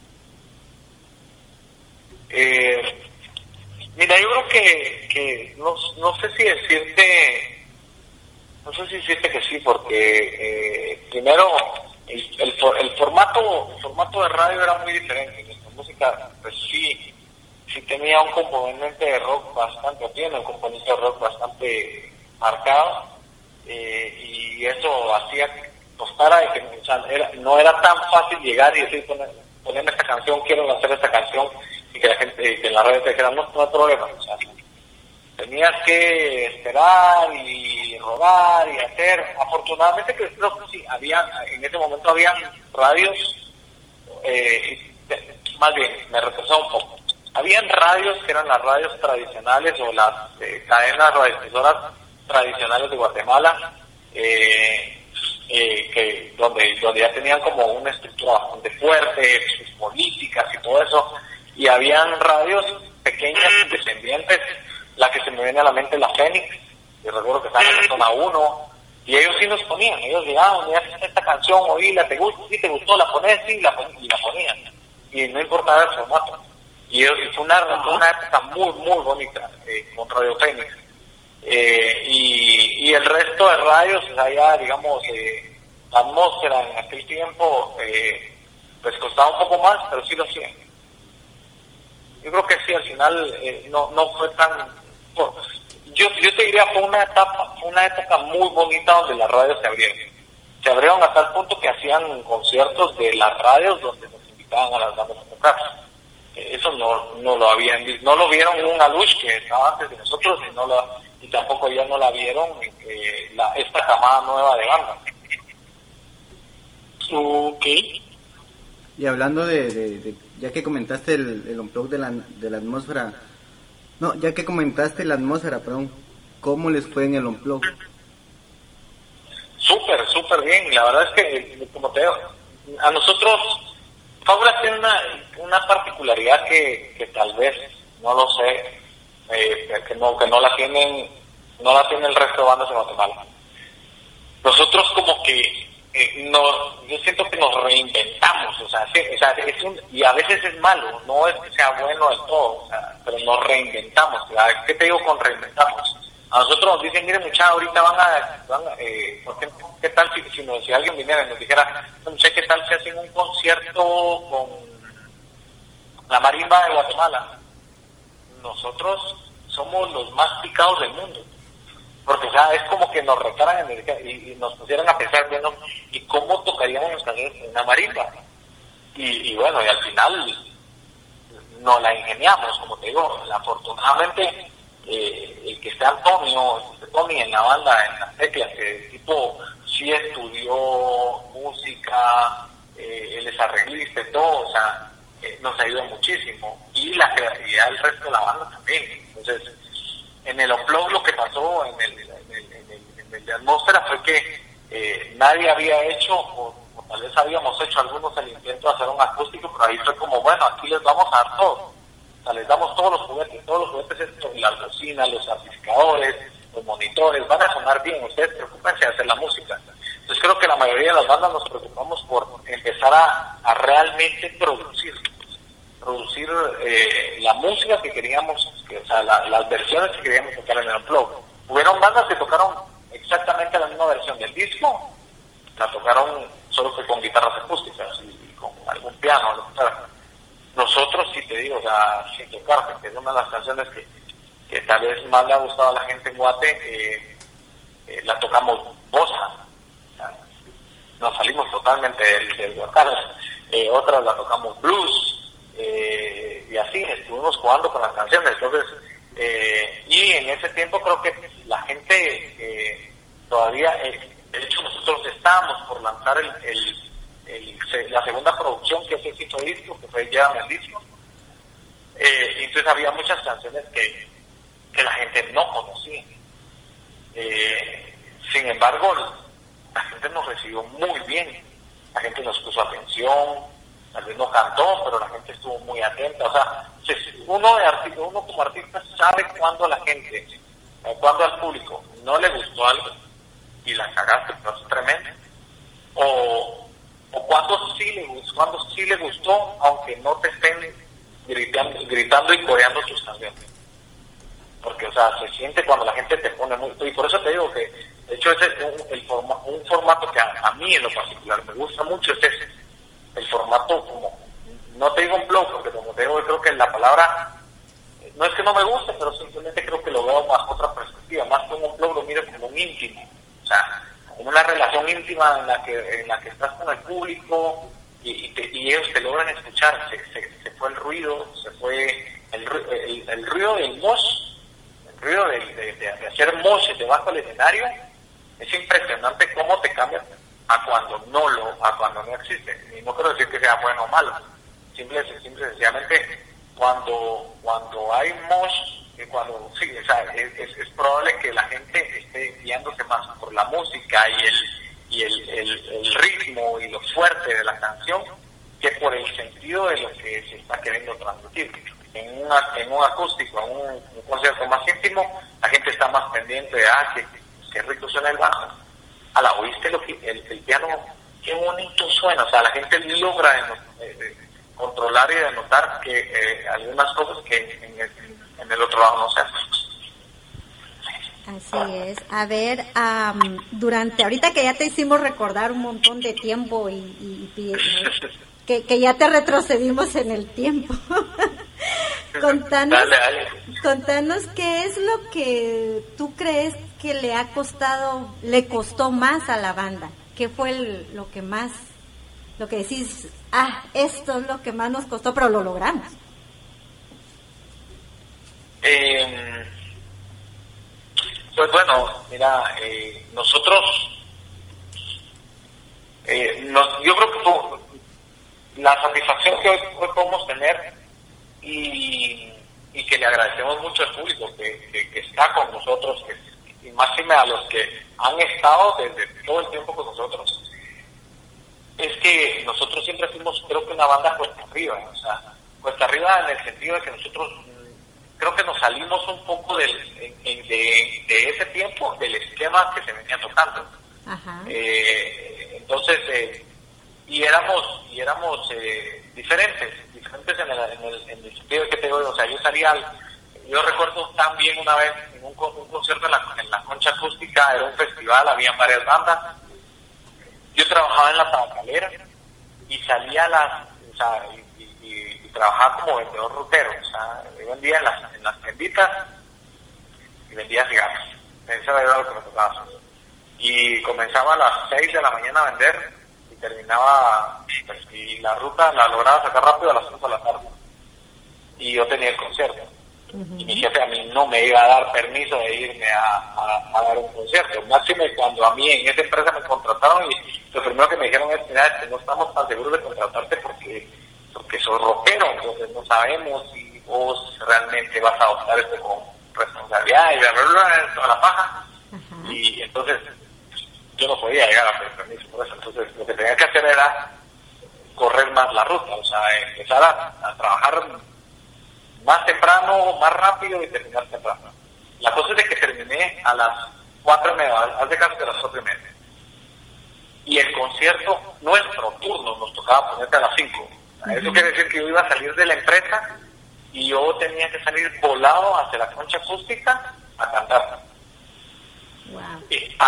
Mira, yo creo que no sé si decirte que sí, porque primero el formato de radio era muy diferente. Nuestra música, pues sí tenía un componente de rock bastante, tiene un componente de rock bastante marcado, y eso hacía que costara de que, o sea, no era tan fácil llegar y decir, ponerme esta canción, quiero hacer esta canción, y que la gente, que en la radio te dijera, no hay problema, o sea, tenías que esperar y rogar y hacer. Afortunadamente creo que sí, en ese momento había radios, más bien, me retrasaba un poco. Habían radios que eran las radios tradicionales o las cadenas radiodifusoras tradicionales de Guatemala, que donde ya tenían como una estructura bastante fuerte, sus políticas y todo eso, y habían radios pequeñas, independientes. La que se me viene a la mente es la Fénix, yo recuerdo que estaba en la zona 1, y ellos sí nos ponían, ellos llegaban, mira esta canción, oíla, ¿te gusta? Sí, ¿te gustó? ¿La pones? Sí, la ponían, y no importaba el formato. Y fue una época muy, muy bonita con Radio Fénix. Y el resto de radios, o sea, ya, digamos, la atmósfera en aquel tiempo, pues costaba un poco más, pero sí lo hacían. Yo creo que sí, al final no fue tan... Yo te diría, fue una época muy bonita donde las radios se abrieron. Se abrieron a tal punto que hacían conciertos de las radios donde nos invitaban a las bandas a tocar. Eso no lo habían visto, no lo vieron un Alush que estaba antes de nosotros y tampoco ya no la vieron esta camada nueva de bandas. Ok. Y hablando de ya que comentaste el unplug de la atmósfera, ya que comentaste la atmósfera, perdón, ¿cómo les fue en el unplug? Súper bien, la verdad es que, como te digo, a nosotros Fábulas tiene una particularidad que tal vez, no lo sé, que no la tienen el resto de bandas en Guatemala. Nosotros como que yo siento que nos reinventamos, y a veces es malo, no es que sea bueno del todo, o sea, pero nos reinventamos. ¿Qué te digo con reinventamos? A nosotros nos dicen, miren muchachos, ahorita por ejemplo, ¿qué tal si alguien viniera y nos dijera, no sé qué tal si hacen un concierto con la marimba de Guatemala? Nosotros somos los más picados del mundo. Porque, o sea, es como que nos retaran y nos pusieran a pensar, bueno, ¿y cómo tocaríamos las canciones en una marimba? Y bueno, y al final nos la ingeniamos, como te digo. Afortunadamente, el que esté Tony en la banda, en las teclas, el tipo sí estudió música, él es arreglista y todo, o sea, nos ayuda muchísimo. Y la creatividad del resto de la banda también. Entonces, en el unplug lo que pasó en el de atmósfera fue que nadie había hecho, o tal vez habíamos hecho algunos el intento de hacer un acústico, pero ahí fue como, bueno, aquí les vamos a dar todo. O sea, les damos todos los juguetes, las bocinas, los amplificadores, los monitores, van a sonar bien, ustedes preocupense de hacer la música. Entonces creo que la mayoría de las bandas nos preocupamos por empezar a realmente producir la música que queríamos, o sea, las versiones que queríamos tocar en el unplug. Hubieron bandas que tocaron exactamente la misma versión del disco, la tocaron solo que con guitarras acústicas y con algún piano, lo que sea. Nosotros, sí te digo, o sea, sin tocar, porque es una de las canciones que tal vez más le ha gustado a la gente en Guate, la tocamos bossa, o sea, nos salimos totalmente del guacal. Otras la tocamos blues, y así estuvimos jugando con las canciones. Entonces, y en ese tiempo creo que la gente todavía, de hecho nosotros estábamos por lanzar la segunda producción, que es el disco, que fue Llévame el disco, Entonces había muchas canciones que la gente no conocía. Sin embargo, la gente nos recibió muy bien, la gente nos puso atención, tal vez no cantó, pero la gente estuvo muy atenta. O sea, uno como artista sabe cuando la gente, cuando al público no le gustó algo y la cagaste, pero es tremendo, o cuando sí le gustó, aunque no te estén gritando y coreando tus canciones. Porque, o sea, se siente cuando la gente te pone muy... Y por eso te digo que, de hecho, ese es un formato que a mí en lo particular me gusta mucho, es ese. El formato como... No te digo un blog, porque como te digo, creo que la palabra... No es que no me guste, pero simplemente creo que lo veo más otra perspectiva. Más como un blog lo miro como un íntimo. O sea, como una relación íntima en la que estás con el público y ellos te logran escuchar. Se fue el ruido, se fue el ruido del mosh. El ruido de hacer mosh debajo del escenario es impresionante cómo te cambia a cuando no existe. Y no quiero decir que sea bueno o malo, simple y sencillamente cuando hay mosh, o sea, es probable que la gente esté guiándose más por la música y el ritmo y lo fuerte de la canción que por el sentido de lo que se está queriendo transmitir. En un acústico, en un concierto más íntimo, la gente está más pendiente de qué rico suena el bajo. ¿Oíste el piano? Qué bonito suena. O sea, la gente logra controlar y denotar que algunas cosas que en el otro lado no se hacen. Así es. A ver, ahorita que ya te hicimos recordar un montón de tiempo y que ya te retrocedimos en el tiempo. Contanos qué es lo que tú crees que le costó más a la banda. ¿Qué fue lo que decís, esto es lo que más nos costó, pero lo logramos? Pues bueno, mira, nosotros, yo creo que la satisfacción que hoy podemos tener y que le agradecemos mucho al público que está con nosotros, y máxime a los que han estado desde todo el tiempo con nosotros, es que nosotros siempre fuimos, creo que una banda cuesta arriba, o sea, cuesta arriba en el sentido de que nosotros creo que nos salimos un poco de ese tiempo, del esquema que se venía tocando. Ajá. Entonces, y éramos diferentes en el sentido de que te digo, o sea, yo recuerdo también una vez en un concierto en la Concha Acústica, era un festival, habían varias bandas, yo trabajaba en la tabacalera y salía y trabajaba como vendedor rutero, o sea, yo vendía en las tienditas y vendía cigarros, eso era lo que me tocaba hacer. Y comenzaba a las 6 de la mañana a vender y terminaba, y la ruta la lograba sacar rápido a las 5 de la tarde. Y yo tenía el concierto. Uh-huh. Y mi jefe a mí no me iba a dar permiso de irme a dar un concierto. Máximo cuando a mí en esa empresa me contrataron y lo primero que me dijeron es, mira, no estamos tan seguros de contratarte porque sos rockero, entonces no sabemos si vos realmente vas a adoptar esto con responsabilidad y toda la paja. Uh-huh. Y entonces yo no podía llegar a pedir permiso por eso. Entonces lo que tenía que hacer era correr más la ruta, o sea, empezar a trabajar más temprano, más rápido y terminar temprano. La cosa es de que terminé a las 4:30, hace casi de las 4:30. Y el concierto, nuestro turno, nos tocaba ponerte a las 5. Uh-huh. Eso quiere decir que yo iba a salir de la empresa y yo tenía que salir volado hacia la Concha Acústica a cantar. Wow.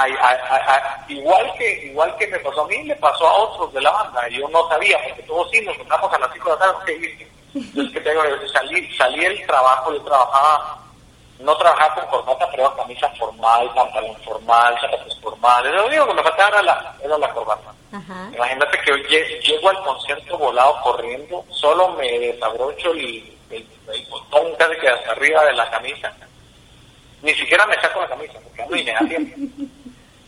Igual que me pasó a mí, le pasó a otros de la banda. Yo no sabía, porque todos sí nos juntamos a las 5 de la tarde. Entonces, ¿qué tengo? Salí del trabajo, no trabajaba con corbata, pero camisa formal, pantalón formal, zapatos formales. Lo único que me faltaba era la corbata. Uh-huh. Imagínate que hoy llego al concierto volado corriendo, solo me desabrocho el botón casi que hasta arriba de la camisa. Ni siquiera me saco la camisa, porque ando y me da tiempo.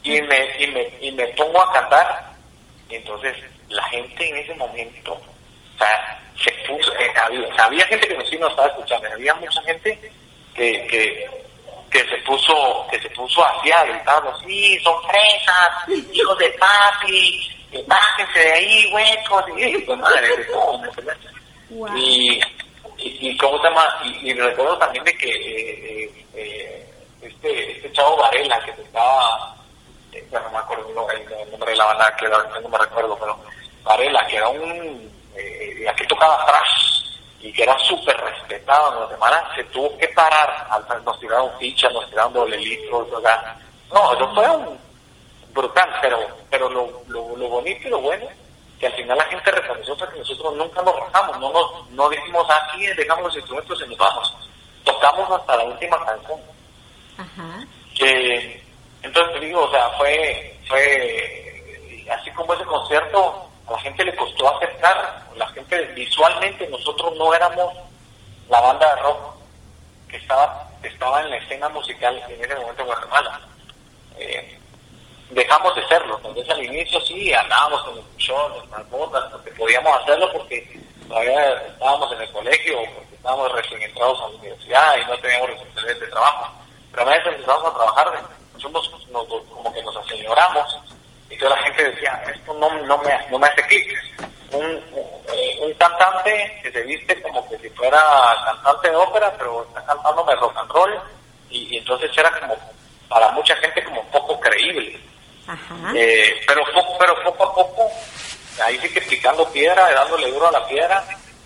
Y me pongo a cantar. Y entonces la gente en ese momento sea, se puso, había gente que sí nos estaba escuchando, había mucha gente que se puso así a gritarnos, sí, son fresas, hijos de papi, bájense de ahí, huecos, y pues madre, de todo. Wow. Y cómo se llama, y recuerdo también de que este chavo Varela que estaba, ya no me acuerdo el nombre de la banda, que no me recuerdo, pero Varela, que era aquí tocaba thrash y que era súper respetado en Guatemala, se tuvo que parar, nos tiraron fichas, nos tiraron doble litros, o sea, no, eso fue brutal, pero lo bonito y lo bueno, que al final la gente reconoció que nosotros nunca nos rajamos, no dijimos aquí, dejamos los instrumentos y nos vamos, tocamos hasta la última canción. Ajá. Entonces digo, o sea, fue así como ese concierto, a la gente le costó aceptar, la gente visualmente, nosotros no éramos la banda de rock que estaba en la escena musical en ese momento en Guatemala. Dejamos de serlo, entonces al inicio sí andábamos con los shows, nuestras botas, porque podíamos hacerlo porque todavía estábamos en el colegio, porque estábamos recién entrados a la universidad y no teníamos responsabilidades de trabajo. Pero a veces empezamos a trabajar, como que nos aseñoramos, y toda la gente decía, esto no me hace clic. Un cantante que se viste como que si fuera cantante de ópera, pero está cantándome rock and roll, y entonces era como, para mucha gente, como poco creíble. Ajá. Pero poco a poco, ahí sí que picando piedra, dándole duro a la piedra,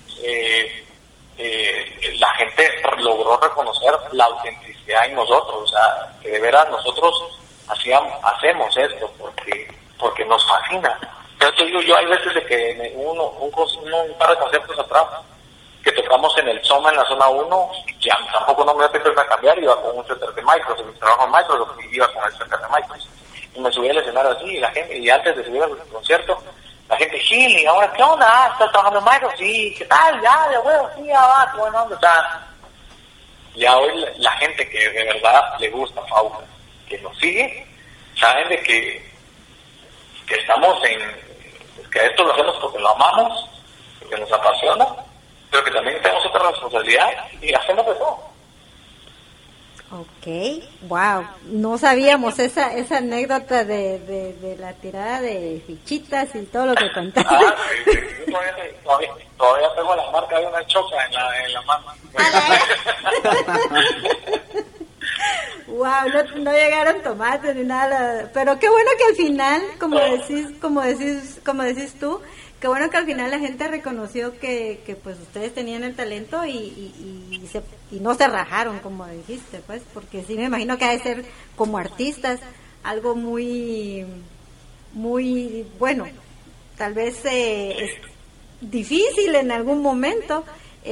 la gente logró reconocer la autenticidad en nosotros, o sea, que de veras nosotros hacemos esto porque nos fascina. Pero te digo, yo hay veces de que un par de conciertos atrás que tocamos en el Soma en la zona 1, ya tampoco no me voy a cambiar, iba con un setter de Microsoft, mi trabajo en Microsoft, y iba con el setter de Microsoft, y me subí al escenario así, y la gente, y antes de subir al concierto, la gente, Gil, ¿y ahora qué onda? ¿Estás trabajando en Microsoft? Sí, ¿qué tal? Ya, de huevo, sí, ya va, qué buena onda. O sea, ya hoy la gente que de verdad le gusta Fauna, que nos sigue, saben de que estamos que esto lo hacemos porque lo amamos, porque nos apasiona, pero que también tenemos otra responsabilidad y hacemos de todo. Ok, wow, no sabíamos esa anécdota de la tirada de fichitas y todo lo que contaste. Sí, todavía tengo la marca de una choca en la mano. Wow, no llegaron tomates ni nada, pero qué bueno que al final, como decís tú, qué bueno que al final la gente reconoció que pues ustedes tenían el talento y no se rajaron, como dijiste, pues, porque sí me imagino que ha de ser como artistas algo muy bueno, tal vez es difícil en algún momento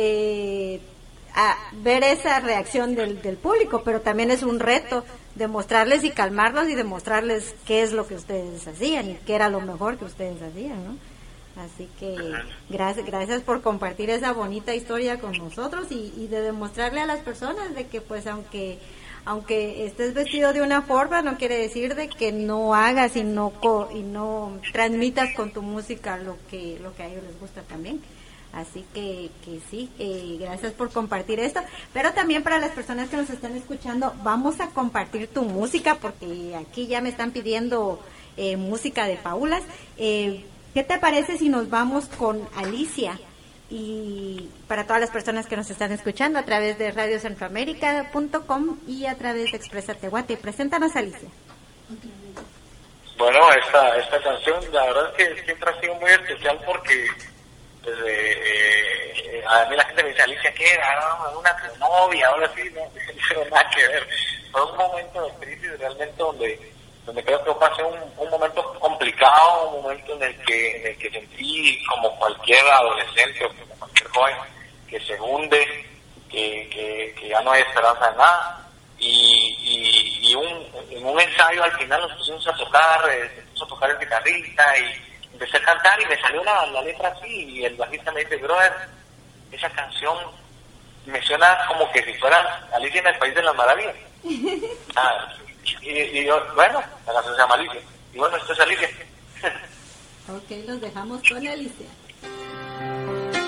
a ver esa reacción del público, pero también es un reto demostrarles y calmarlos y demostrarles qué es lo que ustedes hacían y qué era lo mejor que ustedes hacían, ¿no? Así que gracias por compartir esa bonita historia con nosotros y de demostrarle a las personas de que pues aunque estés vestido de una forma no quiere decir de que no hagas y no transmitas con tu música lo que a ellos les gusta también. Así que sí, gracias por compartir esto, pero también para las personas que nos están escuchando, vamos a compartir tu música porque aquí ya me están pidiendo música de Paulas. ¿Qué te parece si nos vamos con Alicia? Y para todas las personas que nos están escuchando a través de radiocentroamerica.com y a través de Expresa Tehuate. Preséntanos, Alicia. Bueno, esta canción la verdad es que siempre ha sido muy especial porque pues, a mí la gente me dice, Alicia, ¿qué era? ¿Una novia? Ahora sí, no nada que ver. Fue un momento de crisis realmente donde creo que pasé un momento complicado, un momento en el que sentí como cualquier adolescente o como cualquier joven que se hunde, que ya no hay esperanza de nada, y en un ensayo al final nos pusimos a tocar, se puso a tocar el guitarrista y empecé a cantar y me salió la letra así y el bajista me dice, brother, esa canción me suena como que si fuera Alicia en el País de las Maravillas. Y yo, bueno, la canción se llama Alicia. Y bueno, esto es Alicia. Ok, los dejamos con Alicia.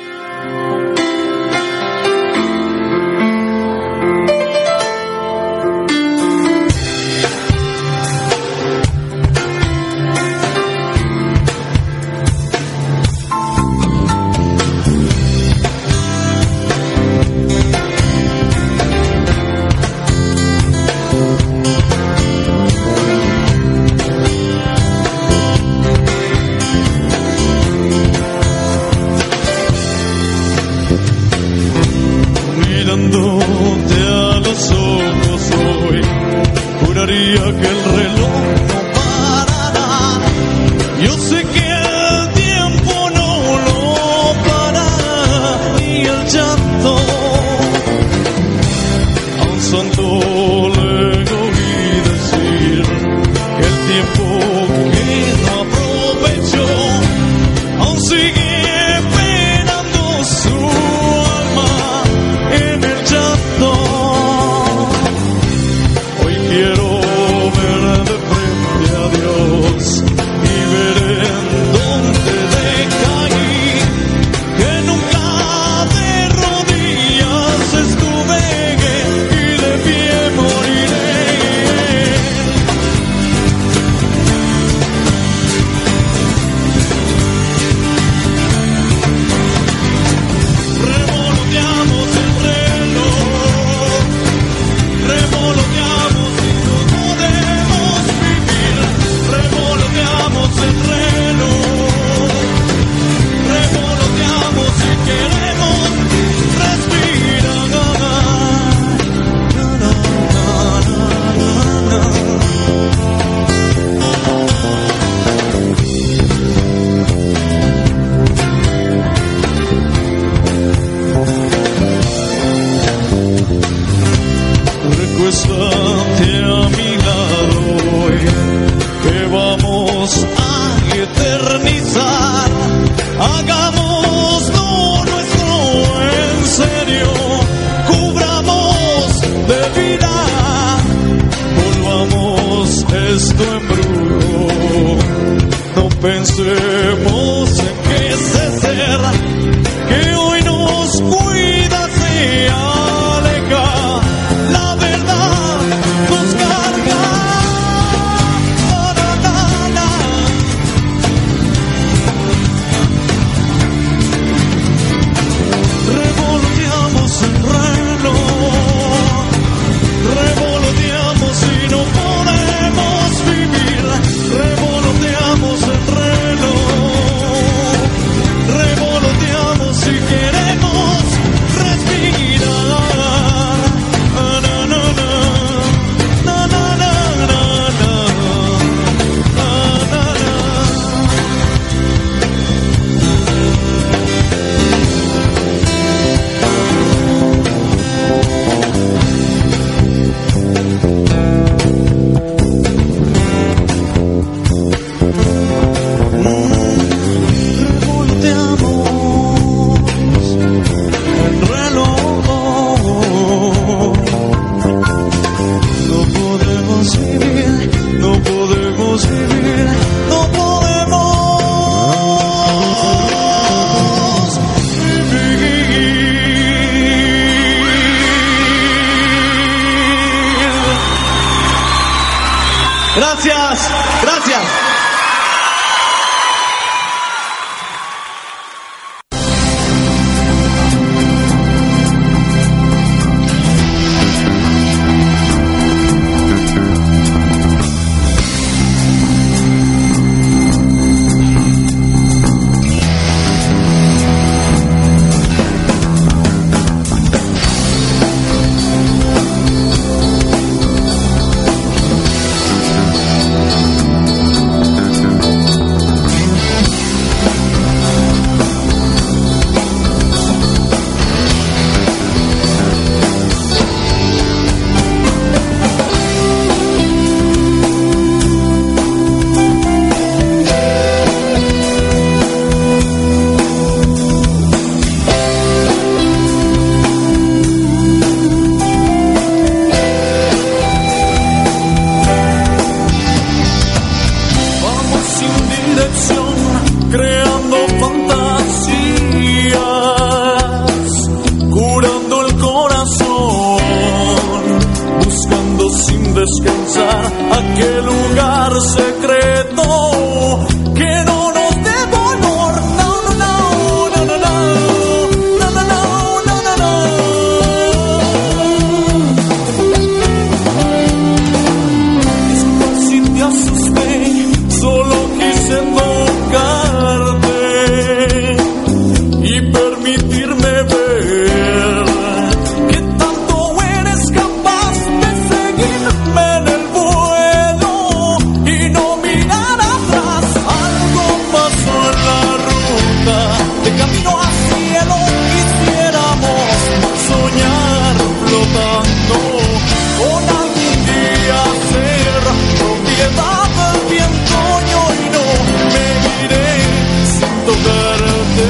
ruta de camino al cielo. Quisiéramos soñar flotando con algún día ser propiedad del viento. Yo y no me iré sin tocarte.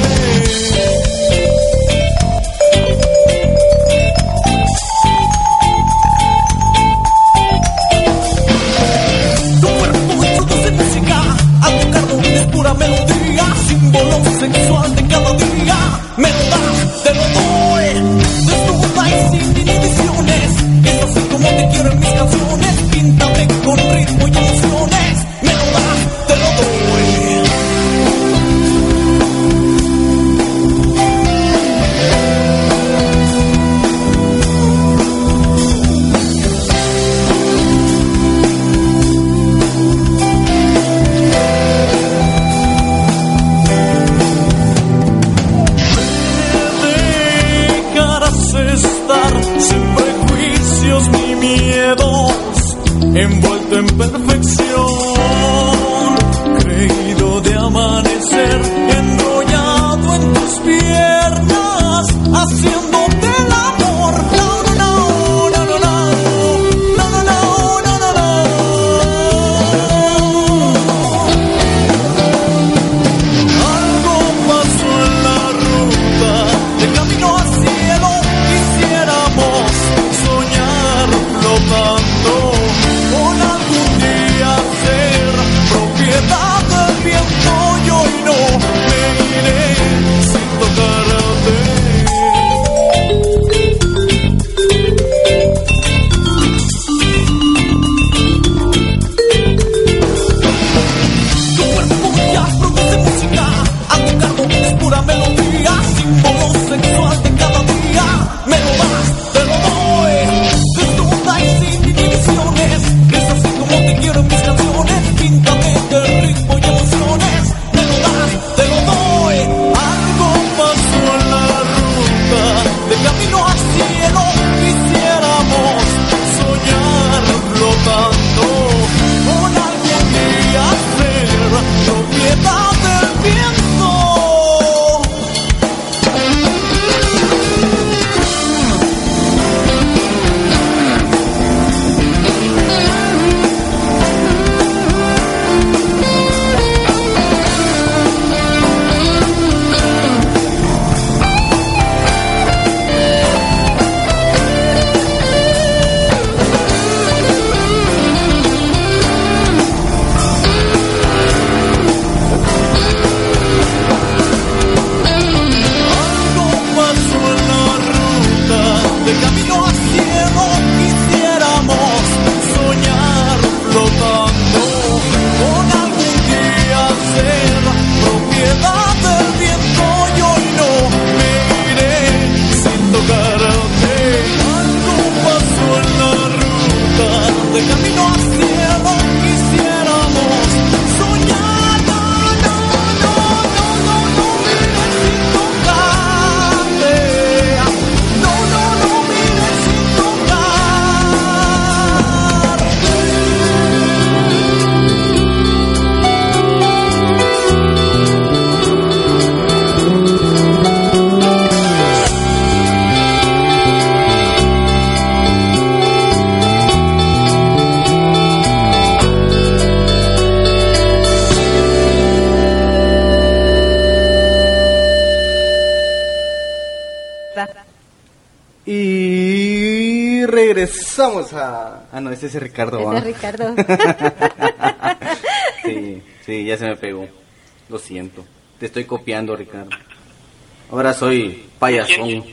Melodía, símbolo sexual de cada día. Me lo das, te lo doy, desnuda y sin inhibiciones. Es así como te quiero en mis canciones. Píntame con ritmo y emociones. Me lo das, te lo doy. Envuelto en perfección, creído de amanecer, enrollado en tus piernas, haciéndote el amor. No, no, no, no, no, no, no, no, no, no, no, no. Algo pasó en la ruta de camino al cielo. Quisiéramos soñar flotando con algún día ser propiedad del viento. Yo y no me iré sin tocarte. Tu cuerpo ya produce música, a tu cargo es pura melodía, símbolo sexual de cada día. Me lo das, te lo doy, desnuda y sin inhibiciones. Es así como te quiero en mis canciones. Píntame de ritmo y emociones. Me lo das, te lo doy. Algo pasó en la ruta de camino al cielo. Quisiéramos soñar flotando con algún día ser propiedad del viento. Algo pasó en la ruta de camino al cielo. Quisiéramos soñar flotando con algún día ser propiedad del viento. Yo y no me iré sin tocarte. Algo pasó en la ruta de camino al cielo. Quisiéramos soñar. No, no, no, no, no, no me iré sin tocarte. No, no, no me iré sin Y regresamos a... Ah, no, ese es Ricardo. Ese ¿va? es Ricardo. Sí, ya se me pegó. Lo siento. Te estoy copiando, Ricardo. Ahora soy payasón.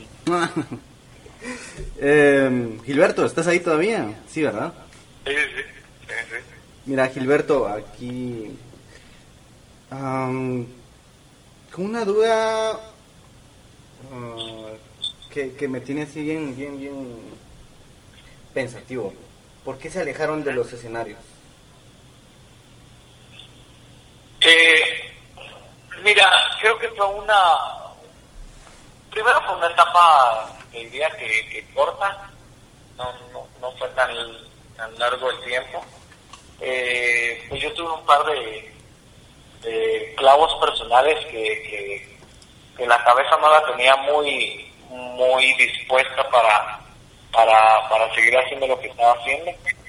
Gilberto, ¿estás ahí todavía? Sí, ¿verdad? Sí. Mira, Gilberto, aquí... con una duda que me tiene así bien pensativo. ¿Por qué se alejaron de los escenarios? Mira, creo que fue primero fue una etapa, diría que corta, no fue tan largo el tiempo. Pues yo tuve un par clavos personales que la cabeza no la tenía muy dispuesta para seguir haciendo lo que estaba haciendo.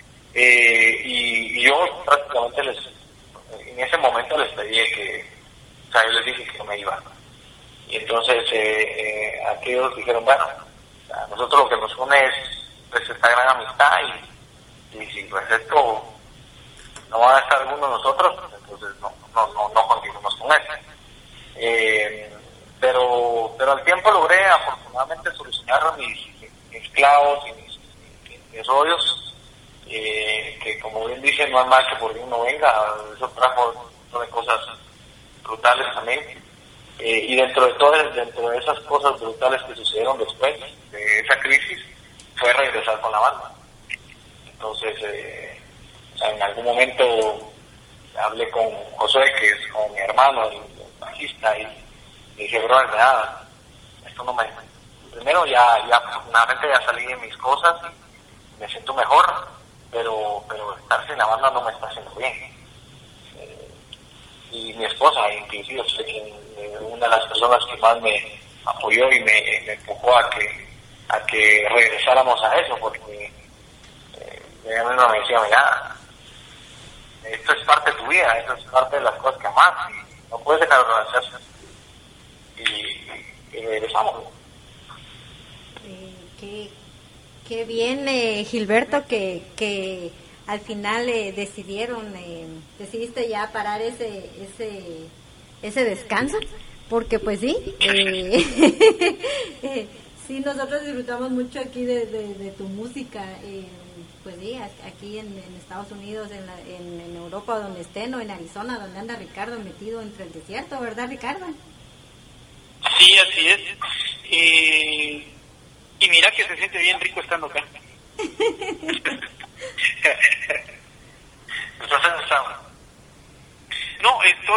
Y yo prácticamente en ese momento les pedí yo les dije que no me iba. Y entonces aquellos dijeron, bueno, a nosotros lo que nos une es pues esta gran amistad y si pues esto no va a estar alguno de nosotros, pues entonces no continuamos con él. Pero al tiempo logré afortunadamente solucionar mis clavos y mis rollos, que como bien dice, no es mal que por uno venga, eso trajo un montón de cosas brutales también. Y dentro de esas cosas brutales que sucedieron después de esa crisis, fue regresar con la banda. Entonces, en algún momento hablé con Josué, que es como mi hermano, el bajista, y le dije, bro, nada, esto no me... Primero ya afortunadamente ya salí de mis cosas, me siento mejor, pero estar sin la banda no me está haciendo bien. Y mi esposa, inclusive, fue una de las personas que más me apoyó y me empujó a que regresáramos a eso, porque ella misma me decía, mira, esto es parte de tu vida, esto es parte de las cosas que amas, y no puedes dejar de hacerse. Y regresamos. Qué bien, Gilberto, que al final decidiste ya parar ese descanso, porque pues sí, sí, nosotros disfrutamos mucho aquí de tu música, pues sí, aquí en Estados Unidos, en Europa, donde estén, o en Arizona, donde anda Ricardo metido entre el desierto, ¿verdad, Ricardo? Sí, así es. Y mira que se siente bien rico estando acá. No,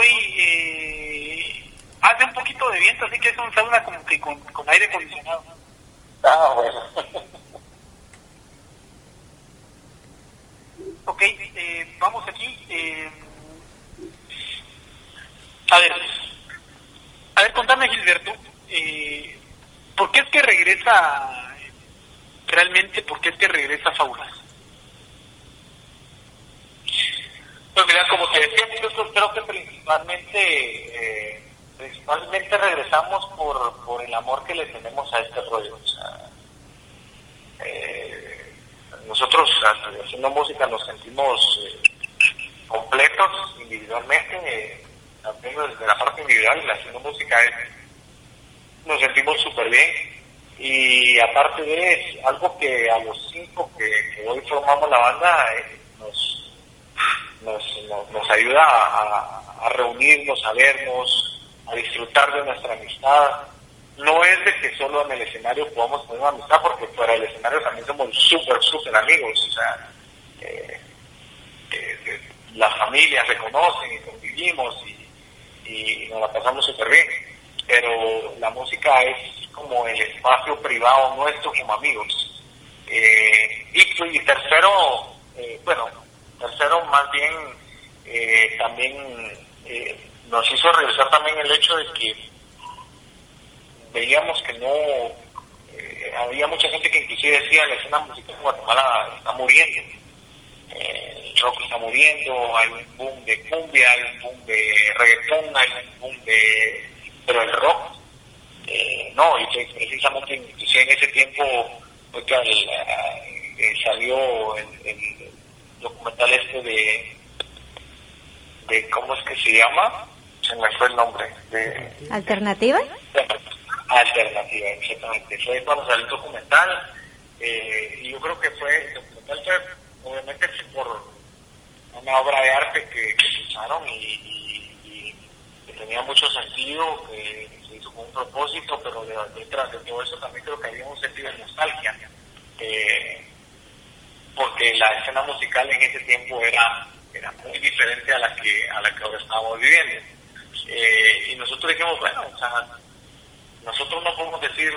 hace un poquito de viento, así que es un sauna como que con aire acondicionado. Bueno. Ok, vamos aquí. A ver, contame, Gilberto, ¿por qué es que regresa Fábulas? Pues mira, como te decía, yo creo que principalmente regresamos por el amor que le tenemos a este rollo. O sea, nosotros haciendo música nos sentimos completos individualmente, también desde la parte individual, y haciendo música nos sentimos súper bien. Y aparte de algo que a los 5 que hoy formamos la banda nos ayuda a reunirnos, a vernos, a disfrutar de nuestra amistad. No es de que solo en el escenario podamos tener una amistad, porque fuera del escenario también somos súper amigos. O sea, las familias se conocen y convivimos y nos la pasamos súper bien. Pero la música es como el espacio privado nuestro como amigos. Y tercero más bien también nos hizo regresar también el hecho de que veíamos que no había mucha gente que inclusive decía, la escena musical en Guatemala está muriendo, el rock está muriendo, hay un boom de cumbia, hay un boom de reggaetón, hay un boom pero el rock no. Y precisamente inclusive en ese tiempo fue que salió el documental de ¿cómo es que se llama? Se me fue el nombre. ¿Alternativa? Alternativa, exactamente. Fue cuando salió el documental, y yo creo que el documental fue obviamente por una obra de arte que usaron y que tenía mucho sentido, que se hizo con un propósito, pero detrás de todo eso también creo que había un sentido de nostalgia, porque la escena musical en ese tiempo era muy diferente a la que ahora estamos viviendo. Y nosotros dijimos, bueno, o sea, nosotros no podemos decir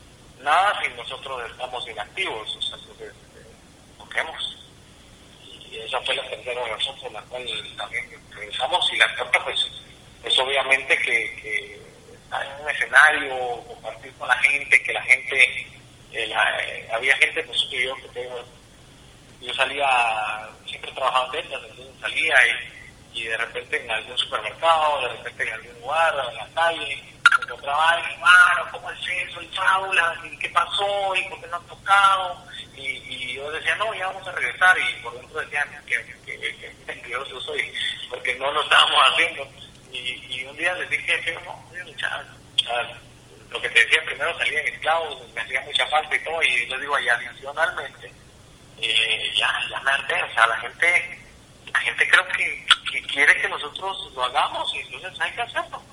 nada si nosotros estamos inactivos, o sea, entonces toquemos. esa fue la tercera razón por la cual también regresamos. Y la cuarta, pues obviamente que estar en un escenario, compartir con la gente, que la gente, había gente, pues yo salía, siempre trabajaba en ventas, entonces salía y de repente en algún supermercado, de repente en algún lugar, en la calle, me encontraba a alguien, ¿cómo es eso? Y fábulas, ¿y qué pasó? ¿Y por qué no han tocado? Y yo decía, no, ya vamos a regresar, y por dentro decían que mentiroso soy, porque no lo estábamos haciendo. Y un día les dije, no, lo que te decía, primero salía en esclavos, me hacía mucha falta y todo, y les digo, y adicionalmente, ya me harté, o sea, la gente creo que quiere que nosotros lo hagamos, y entonces hay que hacerlo.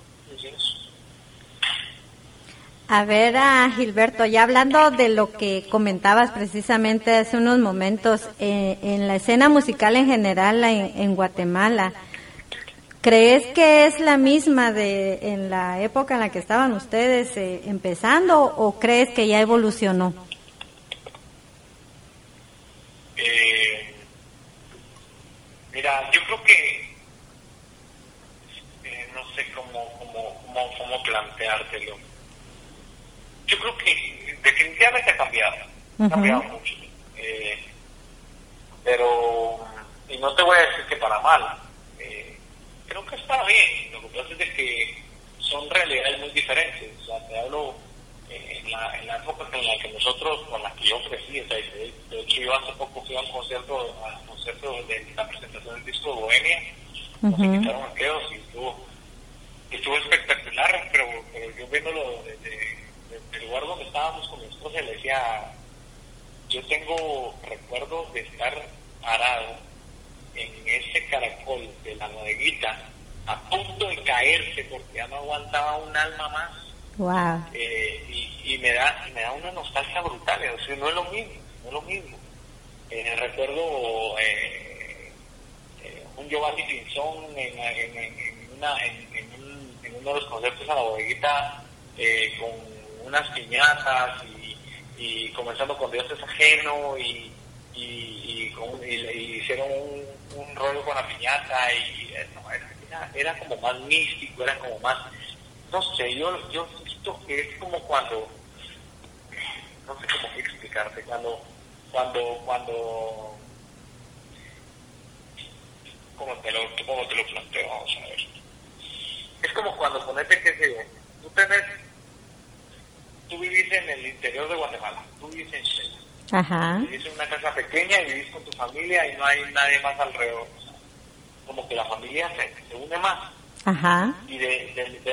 A ver, Gilberto, ya hablando de lo que comentabas precisamente hace unos momentos, en la escena musical en general en Guatemala, ¿crees que es la misma en la época en la que estaban ustedes empezando, o crees que ya evolucionó? Mira, yo creo que no sé cómo planteártelo. Yo creo que definitivamente ha cambiado mucho. Pero, y no te voy a decir que para mal, creo que está bien. Lo que pasa es de que son realidades muy diferentes. O sea, te hablo en la época en la que nosotros, con la que yo crecí, o sea, de hecho yo hace poco fui a un concierto de la presentación del disco de Bohemia, nos invitaron a Quedos y estuvo espectacular, pero yo viéndolo desde el lugar donde estábamos con mi esposa, le decía, yo tengo recuerdos de estar parado en ese caracol de la bodeguita a punto de caerse porque ya no aguantaba un alma más. Wow. Y me da una nostalgia brutal, o sea, no es lo mismo. Recuerdo un Giovanni Pinzón en uno de los conciertos a la bodeguita, con unas piñatas y comenzando con Dios es ajeno y hicieron un rollo con la piñata y era como más místico, era como más, no sé, yo siento que es como cuando, no sé cómo explicarte, cuando ¿cómo te lo planteo? Vamos a ver. Es como cuando ponete que tú vivís en el interior de Guatemala, tú vivís en Chile. Ajá. Vivís en una casa pequeña y vivís con tu familia y no hay nadie más alrededor. O sea, como que la familia se une más. Ajá. Y de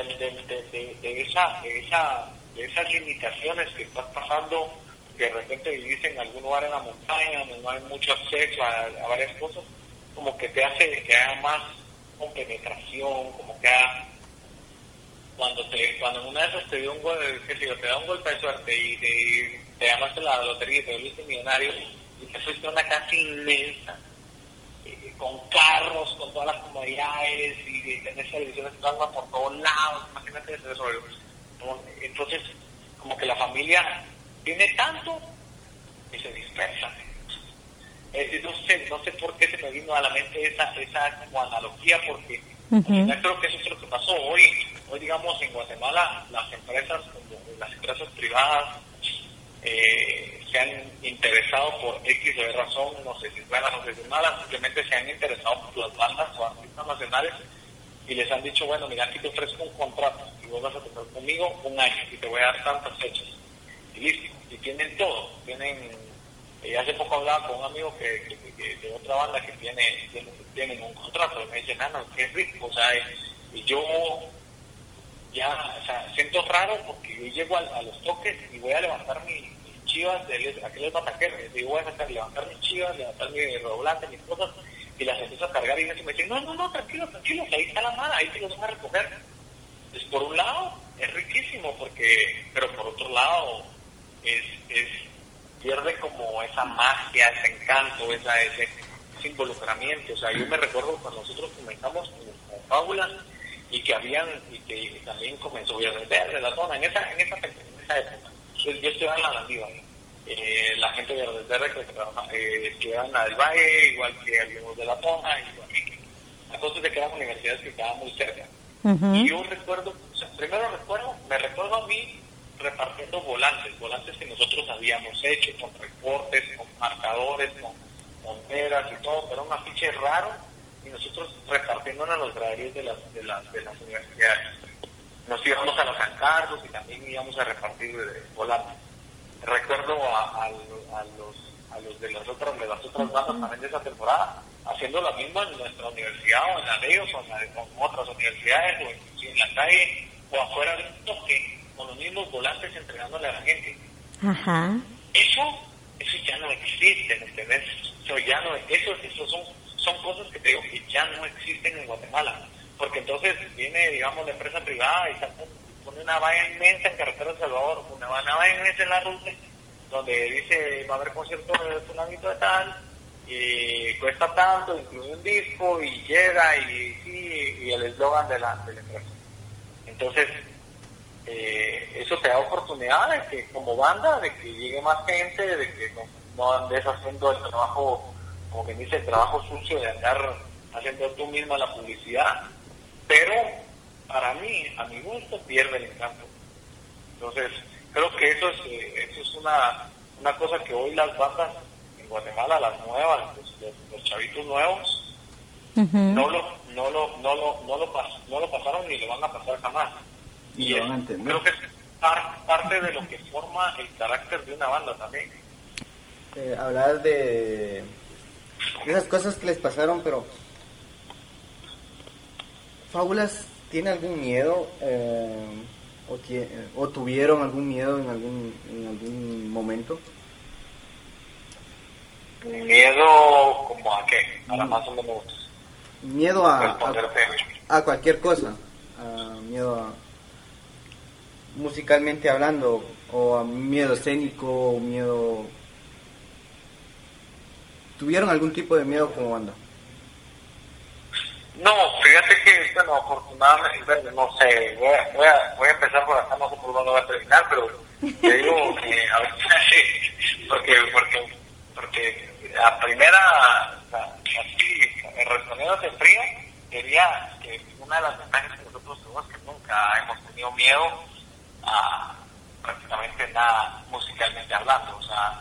esas limitaciones que estás pasando, que de repente vivís en algún lugar en la montaña donde no hay mucho acceso a varias cosas, como que te hace que haya más compenetración, como que cuando en una de esas te dio un gol, te da un golpe de suerte y te llamaste la lotería y te volviste millonario y te fuiste a una casa inmensa, con carros, con todas las comodidades y tenés televisiones plasma por todos lados, imagínate eso. Entonces, como que la familia tiene tanto y se dispersa. No sé por qué se me vino a la mente esa como analogía, porque al final creo que eso es lo que pasó hoy, digamos, en Guatemala, las empresas privadas se han interesado por X o Y razón, no sé si es buena, no sé si es mala, simplemente se han interesado por las bandas o artistas nacionales y les han dicho, bueno, mira, aquí te ofrezco un contrato y vos vas a tocar conmigo un año y te voy a dar tantas fechas y listo, y tienen todo, hace poco hablaba con un amigo que de otra banda que tienen un contrato y me dice, no, qué rico, o sea, y yo ya, o sea, siento raro porque yo llego a los toques y voy a levantar mis chivas de aquellos bataqueros, y voy a levantar mis chivas, levantar mi redoblante, mis cosas, y las empiezo a cargar y me dicen, no, tranquilo, ahí está la mano, ahí te los van a recoger. Entonces, por un lado, es riquísimo, pero por otro lado, pierde como esa magia, ese encanto, ese involucramiento. O sea, yo me recuerdo cuando nosotros comenzamos con Fábulas y que también comenzó Viernes Verde, la zona, en esa época. Yo estoy en la nativa ahí. la gente de Verde que iban al Valle, igual que algunos de la zona, igual que entonces se quedan universidades que estaban muy cerca. Y yo recuerdo, o sea, me recuerdo a mí repartiendo volantes que nosotros habíamos hecho, con reportes, con marcadores, con peras y todo, pero un afiche raro, y nosotros repartiéndonos a los graderíos de las universidades. Nos íbamos a los San Carlos y también íbamos a repartir volantes. Recuerdo a los de las otras bandas también de esa temporada, haciendo lo mismo en nuestra universidad, o en la Ríos, o en otras universidades, o en la calle, o afuera de un toque, con los mismos volantes entregándole a la gente. Ajá. Eso ya no existe, ¿me entiendes? Eso son cosas que te digo que ya no existen en Guatemala, porque entonces viene, digamos, la empresa privada y pone una valla inmensa en Carretera de Salvador, una valla inmensa en la ruta, donde dice va a haber concierto de fulanito de tal, y cuesta tanto, incluye un disco, y llega, y el eslogan de la empresa. Entonces, eso te da oportunidad de que como banda, de que llegue más gente, de que no andes haciendo el trabajo, como que dice, el trabajo sucio de andar haciendo tú misma la publicidad, pero para mí, a mi gusto, pierde el encanto. Entonces, creo que eso es una cosa que hoy las bandas en Guatemala, las nuevas, los chavitos nuevos, no lo pasaron ni lo van a pasar jamás. Y creo que es parte de lo que forma el carácter de una banda también. Hablar de esas cosas que les pasaron, pero Fábulas tiene algún miedo o tuvieron algún miedo en algún momento. ¿Miedo como a qué? A la más o menos. Miedo a cualquier cosa. Miedo a musicalmente hablando, o a miedo escénico, miedo. ¿Tuvieron algún tipo de miedo como banda? No, fíjate que, bueno, afortunadamente, no sé, voy a empezar por acá, no sé por dónde voy a terminar, pero te digo que a veces porque a primera, o sea, así, respondiéndote frío, diría que una de las ventajas que nosotros tenemos es que nunca hemos tenido miedo a prácticamente nada musicalmente hablando, o sea,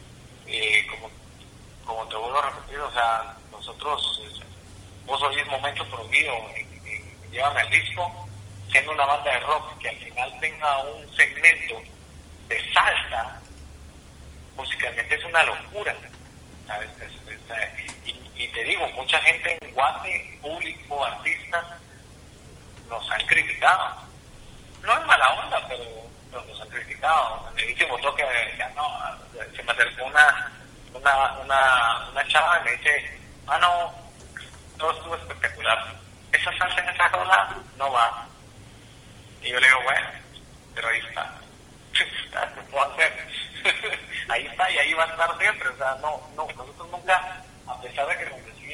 como te vuelvo a repetir, o sea, nosotros, vos oís Momento Prohibido y Llévame al Disco, siendo una banda de rock que al final tenga un segmento de salsa, musicalmente es una locura, ¿sabes? Y te digo, mucha gente en Guate, público, artistas, nos han criticado. No es mala onda, pero nos han criticado. En el último toque, ya no, se me acercó una chava y me dice, no, todo estuvo espectacular. Esa salsa en esa rola no va. Y yo le digo, bueno, pero ahí está. ¿Qué puedo hacer? Ahí está y ahí va a estar siempre. O sea, no, nosotros nunca, a pesar de que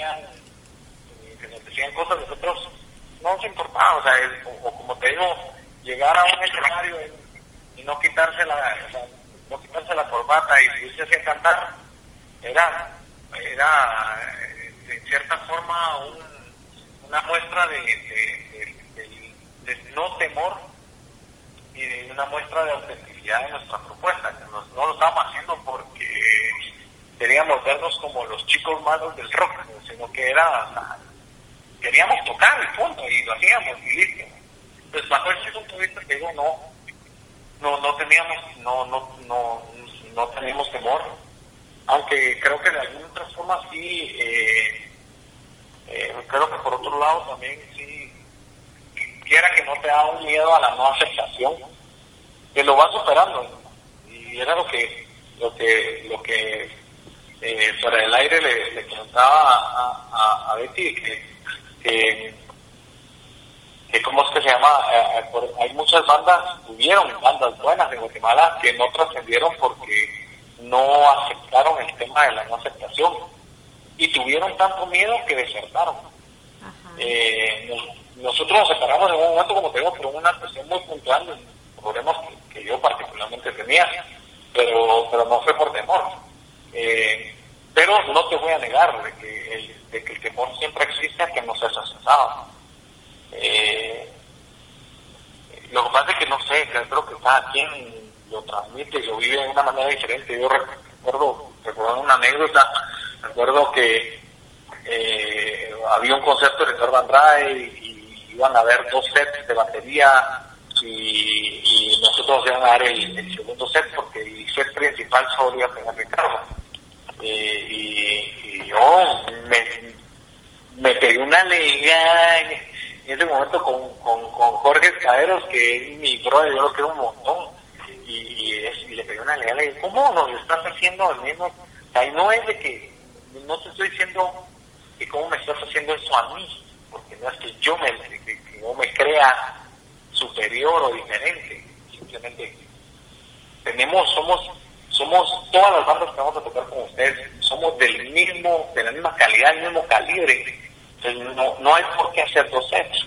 nos decían cosas, nosotros no nos importaba. O sea, o como te digo, llegar a un escenario y no quitarse la corbata y subirse así a cantar, era en cierta forma una muestra de no temor y de una muestra de autenticidad de nuestra propuesta. No lo estábamos haciendo porque queríamos vernos como los chicos malos del rock, sino que queríamos tocar el punto y lo hacíamos y listo. Pues bajo ese punto de vista que digo, no teníamos temor, aunque creo que de alguna otra forma sí, creo que por otro lado también sí, quiera que no te da un miedo a la no aceptación, que lo vas superando, ¿no? Y era lo que fuera del aire le comentaba a Betty, que ¿cómo es que se llama? Hay muchas tuvieron bandas buenas en Guatemala que no trascendieron porque no aceptaron el tema de la no aceptación y tuvieron tanto miedo que desertaron. Nosotros nos separamos en un momento, como te digo, por una cuestión muy puntual, problemas que yo particularmente tenía, pero no fue por temor. Pero no te voy a negar de que el temor siempre existe a que no seas aceptado. Lo que pasa es que no sé, creo que cada quien lo transmite y lo vive de una manera diferente. Yo recuerdo una anécdota, recuerdo que había un concierto de Ricardo Andrade y iban a haber 2 sets de batería y nosotros iban a dar el segundo set porque el set principal solo iba a tener Ricardo. Y yo me pegué una liga en ese momento con Jorge Escaderos, que es mi brother, yo lo quiero un montón, y le pegué una liga, le dije, ¿cómo nos estás haciendo al menos? O sea, no es de que, no te estoy diciendo que cómo me estás haciendo eso a mí, porque no es que yo me crea superior o diferente, simplemente somos todas las bandas que vamos a tocar con ustedes, somos de la misma calidad, del mismo calibre. Entonces no hay por qué hacer 2 sets.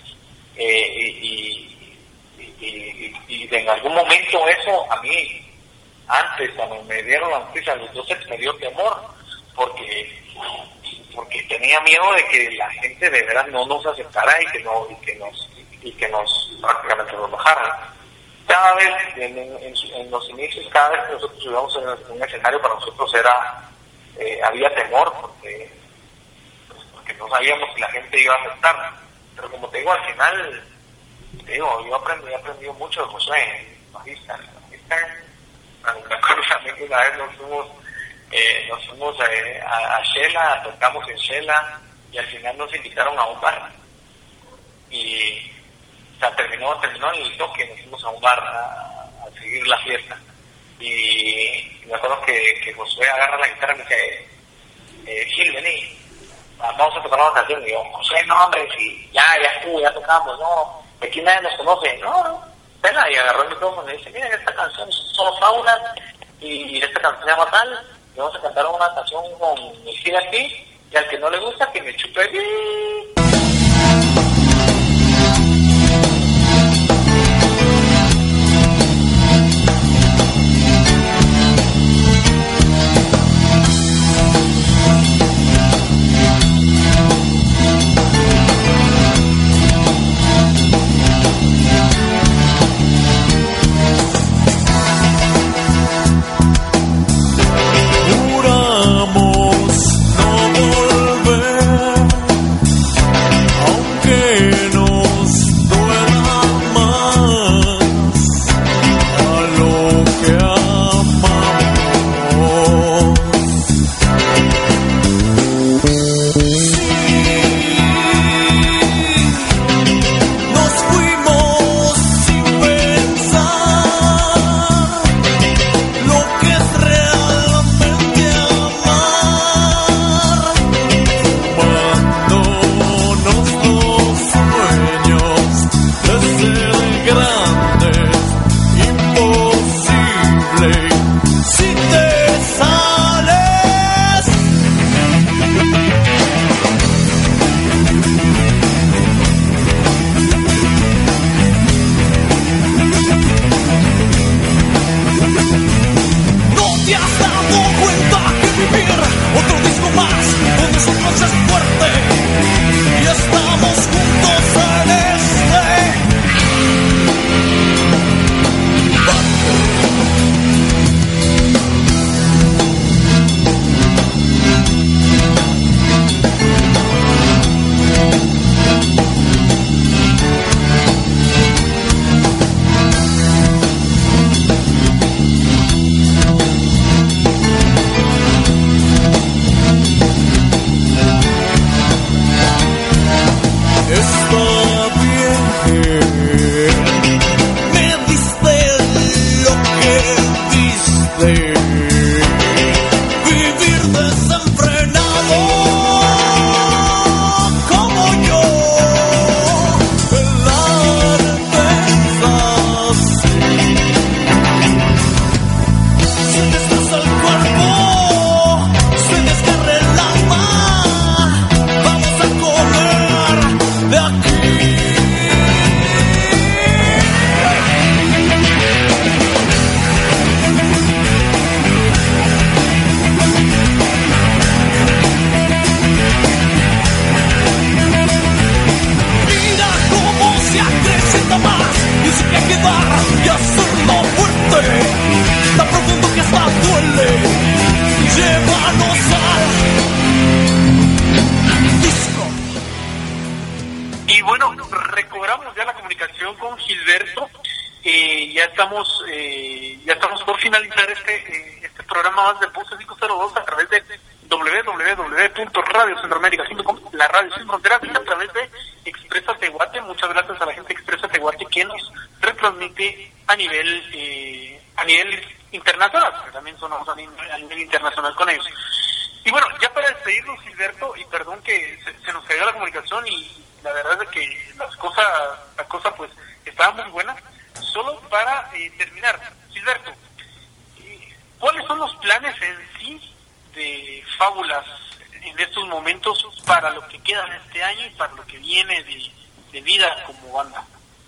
Y en algún momento eso a mí, antes cuando me dieron la noticia de los 2 sets, me dio temor, porque tenía miedo de que la gente de verdad no nos aceptara y que nos prácticamente nos bajaran. Cada vez, en los inicios, cada vez que nosotros subíamos en un escenario, para nosotros había temor, porque no sabíamos si la gente iba a aceptar. Pero como te digo, al final, yo he aprendido mucho de Josué, bajista. Me acuerdo también que una vez nos fuimos a Shela, tocamos en Shela, y al final nos invitaron a un bar. Y o sea, terminó el toque, nos fuimos a un bar a seguir la fiesta. Y me acuerdo que Josué agarra la guitarra y me dice, Gil, vení, vamos a tocar una canción. Y yo, José, no, hombre, sí, ya estuvo, ya tocamos, no, aquí nadie nos conoce. No, espera, y agarró el micrófono y dice, mira, esta canción son faunas y esta canción se llama tal, y vamos a cantar una canción con Gil aquí, y al que no le gusta, que me chupe bien. Juramos no volver y hacerlo fuerte, tan profundo que hasta duele. Llévanos al disco. Y bueno, recobramos ya la comunicación con Gilberto. Ya estamos por finalizar este programa más de Pulso 502 a través de www.radiocentroamerica.com, la radio sin fronteras, y a través de Expresa Tehuate. Muchas gracias a la gente de Expresa Tehuate que nos retransmite a nivel internacional, porque también sonamos a nivel internacional con ellos. Y bueno, ya para despedirnos, Gilberto, y perdón que se nos cayó la comunicación, y la verdad es que la cosa pues estaba muy buena. Solo para terminar, Gilberto, ¿cuáles son los planes en sí de Fábulas en estos momentos para lo que queda de este año y para lo que viene de vida como banda?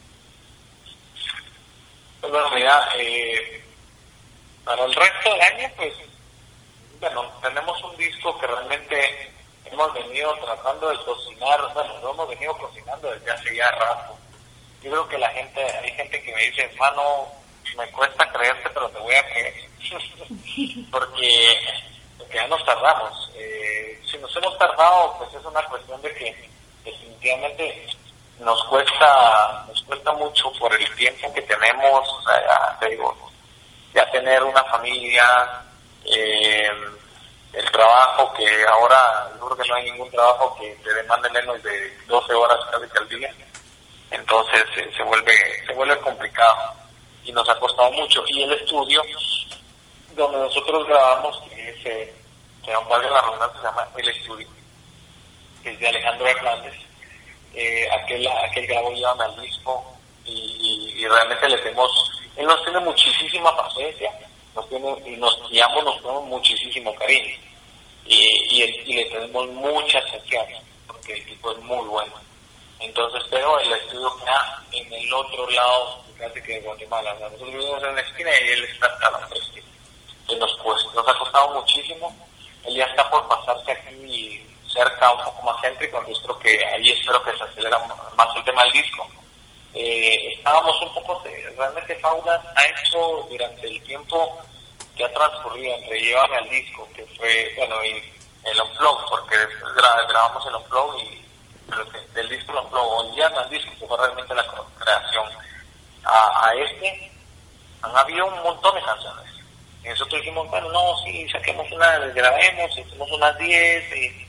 Pues bueno, mira, para el resto del año, pues, bueno, tenemos un disco que realmente hemos venido tratando de cocinar, bueno, lo hemos venido cocinando desde hace ya rato. Yo creo que hay gente que me dice, hermano, me cuesta creerte, pero te voy a creer. porque ya nos tardamos. Si nos hemos tardado, pues es una cuestión de que definitivamente nos cuesta mucho por el tiempo que tenemos, o sea, ya te digo, ya tener una familia, el trabajo que ahora, yo creo que no hay ningún trabajo que te demande menos de 12 horas casi al día. Entonces se vuelve complicado y nos ha costado mucho. Y el estudio donde nosotros grabamos, que valga la redundancia, se llama El Estudio, que es de Alejandro Hernández. Aquel grabó Llévame al Disco, y realmente él nos tiene muchísima paciencia, y ambos nos tenemos muchísimo cariño, y le tenemos mucha atención, porque el tipo es muy bueno. Entonces, pero el estudio queda en el otro lado, casi que de Guatemala. Nosotros vivimos en la esquina y él está a la otra esquina. Entonces nos ha costado muchísimo. Él ya está por pasarse aquí cerca, un poco más céntrico, entonces creo que ahí espero que se acelera más el tema del disco. Estábamos un poco, realmente Fábulas ha hecho durante el tiempo que ha transcurrido entre Llévame al Disco, que fue, bueno, y el Unplugged, porque después grabamos el Unplugged, pero del disco lo o ya no el disco, que fue realmente la creación. Han habido un montón de canciones. Y nosotros dijimos, bueno, no, sí, saquemos una, grabemos, hicimos unas 10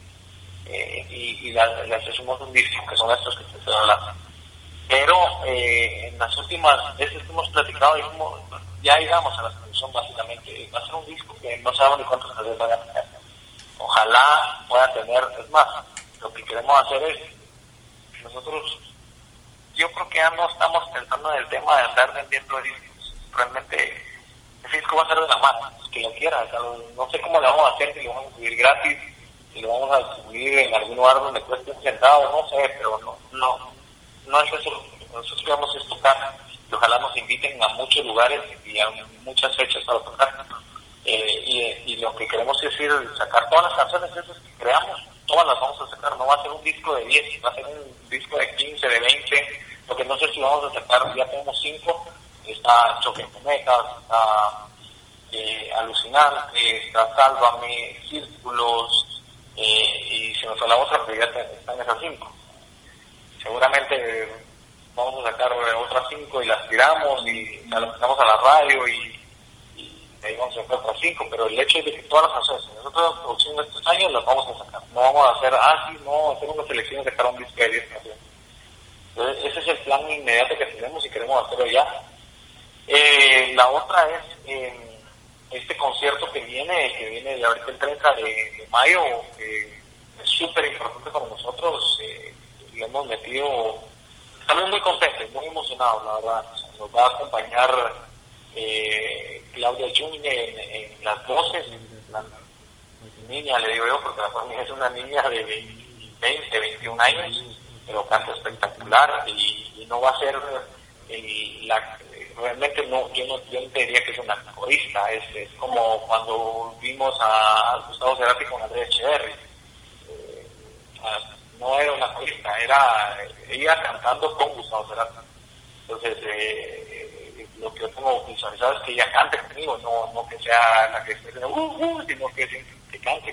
y las hicimos un disco, que son estos que te estoy hablando. Pero en las últimas veces que hemos platicado, dijimos, ya llegamos a la conclusión básicamente, va a ser un disco que no sabemos ni cuántas canciones van a tener. Ojalá pueda tener, es más, lo que queremos hacer es, nosotros, yo creo que ya no estamos pensando en el tema de andar vendiendo discos. Realmente el disco va a ser de la mano, que lo quiera. O sea, no sé cómo lo vamos a hacer, si lo vamos a subir gratis, si lo vamos a subir en algún lugar donde cueste un centavo, no sé, pero no es eso. Nosotros queremos es tocar, y ojalá nos inviten a muchos lugares y a muchas fechas para tocar. Y lo que queremos es ir sacar todas las canciones esas que creamos, todas las vamos a sacar. No va a ser un disco de 10, va a ser un disco de 15, de 20, porque no sé si vamos a sacar, ya tenemos 5, está Choque en Cometas, está Alucinante, está Sálvame, Círculos, y se nos fue la otra, pero ya están esas 5. Seguramente vamos a sacar otras 5 y las tiramos y las tiramos a la radio y ahí vamos a sacar otras 5, pero el hecho es de que todas las canciones que nosotros producimos estos años las vamos a sacar. No vamos a hacer, hacer una selección y sacar un disco de 10 canciones. Entonces, ese es el plan inmediato que tenemos y queremos hacerlo ya. La otra es este concierto que viene de ahorita el 30 de mayo, es súper importante para nosotros. Le hemos metido, estamos muy contentos, muy emocionados, la verdad. Nos va a acompañar Claudia Jung en las voces, la niña, le digo yo, porque la familia es una niña de 20, 21 años, pero canta espectacular y no va a ser realmente yo no te diría que es una corista, es como cuando vimos a Gustavo Cerati con Andrea Echeverri. No era una corista, era ella cantando con Gustavo Cerati. Entonces tengo visualizado es que ella cante conmigo, no que sea la que esté sino que cante.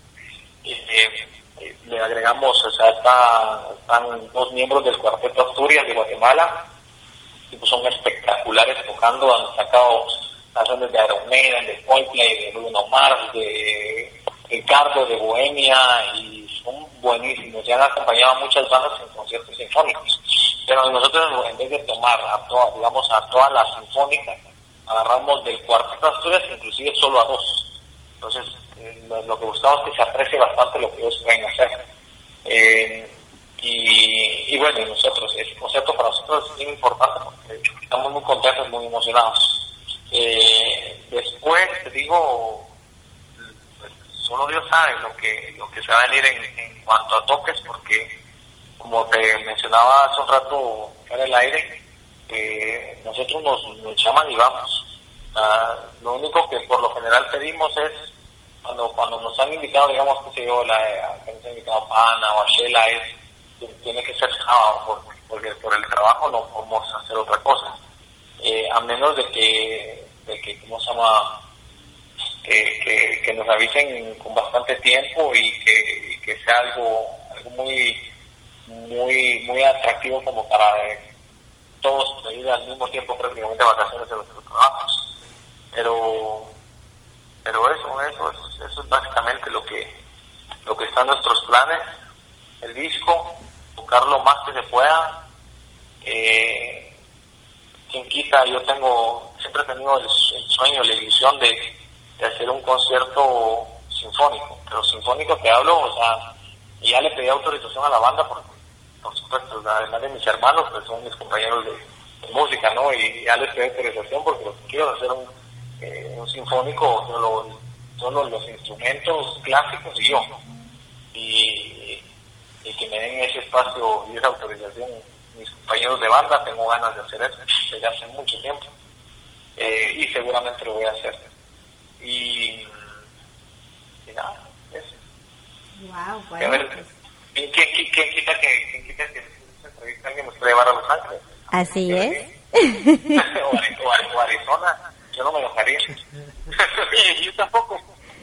Le agregamos, o sea, están 2 miembros del Cuarteto Asturias de Guatemala, y pues son espectaculares tocando, han sacado canciones de Iron Maiden, de Coldplay, de Bruno Mars, de Ricardo, de Bohemia, y son buenísimos, ya han acompañado a muchas bandas en conciertos sinfónicos. Pero nosotros, en vez de tomar a todas las sinfónicas, agarramos del Cuarteto Asturias, inclusive solo a 2. Entonces, lo que buscamos es que se aprecie bastante lo que ellos pueden hacer. Y bueno, y nosotros, ese concepto para nosotros es bien importante porque estamos muy contentos, muy emocionados. Después, te digo, solo Dios sabe lo que se va a venir en cuanto a toques, porque como te mencionaba hace un rato fuera del aire, nosotros nos llaman y vamos. Lo único que por lo general pedimos es cuando nos han invitado, digamos, que se yo, nos han invitado a Pana o a Shela, tiene que ser sábado, porque por el trabajo no podemos hacer otra cosa. A menos de que ¿cómo se llama? Que nos avisen con bastante tiempo y que sea algo muy atractivo como para todos pedir al mismo tiempo prácticamente vacaciones en nuestros trabajos. Pero eso es básicamente lo que está en nuestros planes. El disco, tocar lo más que se pueda. Quien quita, yo siempre he tenido el sueño, la ilusión de hacer un concierto sinfónico, pero sinfónico te hablo, o sea, ya le pedí autorización a la banda, porque, por supuesto, además de mis hermanos, pues son mis compañeros de música, ¿no? Y ya les pedí autorización porque lo que quiero es hacer un sinfónico, solo los instrumentos clásicos y yo. Y que me den ese espacio y esa autorización mis compañeros de banda, tengo ganas de hacer eso desde hace mucho tiempo. Y seguramente lo voy a hacer. Y nada, eso. Wow, bueno. A ver, ¿quién quita que esa entrevista alguien nos puede llevar a Los Ángeles? Así es. O Arizona, yo no me enojaría. Yo tampoco.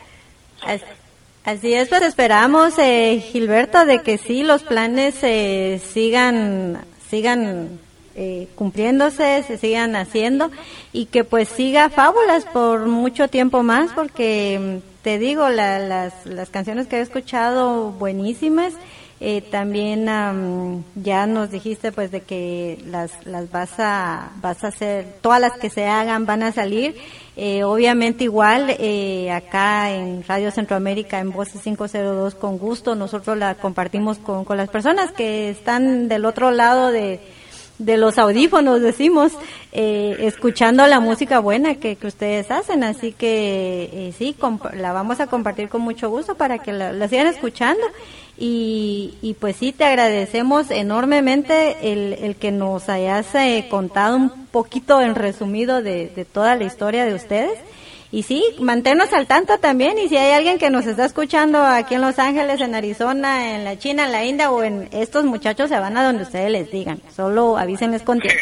Así es, pues esperamos, Gilberto, de que sí los planes sigan cumpliéndose, se sigan haciendo y que pues siga Fábulas por mucho tiempo más, porque te digo, las canciones que he escuchado buenísimas. También ya nos dijiste pues de que las vas a hacer, todas las que se hagan van a salir. Obviamente igual acá en Radio Centroamérica en Voces 502 con gusto nosotros la compartimos con las personas que están del otro lado de los audífonos, decimos, escuchando la música buena que ustedes hacen, así que sí, la vamos a compartir con mucho gusto para que la sigan escuchando. Y pues sí, te agradecemos enormemente el que nos hayas contado un poquito en resumido de toda la historia de ustedes. Y sí, manténnos al tanto también, y si hay alguien que nos está escuchando aquí en Los Ángeles, en Arizona, en la China, en la India o en estos muchachos se van a donde ustedes les digan, solo avísenles con tiempo.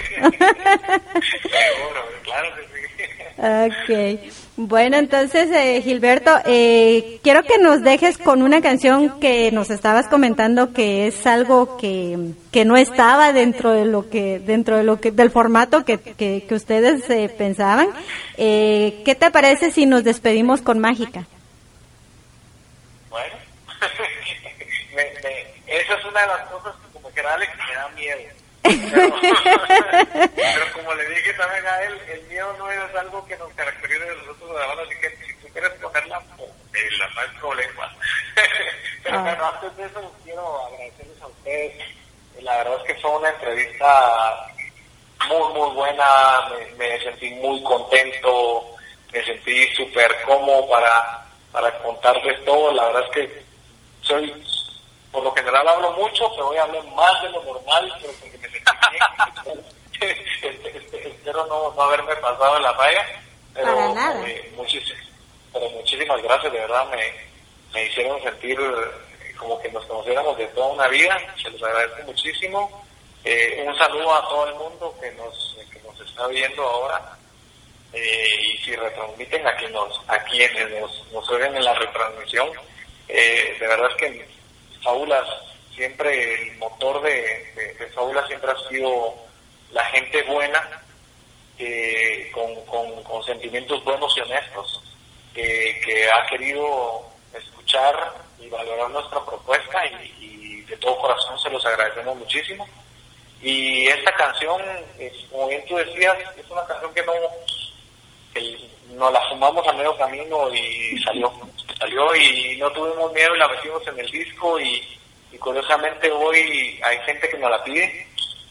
Claro que sí. Okay. Bueno, entonces, Gilberto, quiero que nos dejes con una canción que nos estabas comentando que es algo que no estaba dentro de lo que del formato que ustedes pensaban. ¿Qué te parece si nos despedimos con Mágica? Bueno, esa es una de las cosas que como que Alex me da miedo. Pero como le dije también a él, el miedo no es algo que nos caracteriza de nosotros de la banda, así que si tú quieres ponerla, no hay problema. Pero bueno, antes de eso quiero agradecerles a ustedes. La verdad es que fue una entrevista muy muy buena, me sentí muy contento, me sentí súper cómodo para contarles todo. La verdad es que por lo general hablo mucho, pero hoy hablé más de lo normal, pero porque me sentí bien. Espero no haberme pasado en la raya, pero para nada. Muchísimas gracias, de verdad me hicieron sentir como que nos conociéramos de toda una vida. Se los agradezco muchísimo. Un saludo a todo el mundo que nos está viendo ahora, y si retransmiten a quienes nos oyen en la retransmisión, de verdad es que Fábulas, siempre el motor de Fábulas siempre ha sido la gente buena, con sentimientos buenos y honestos, que ha querido escuchar y valorar nuestra propuesta, y de todo corazón se los agradecemos muchísimo. Y esta canción, como bien tú decías, es una canción que nos la fumamos a medio camino y salió y no tuvimos miedo y la metimos en el disco, y curiosamente hoy hay gente que nos la pide,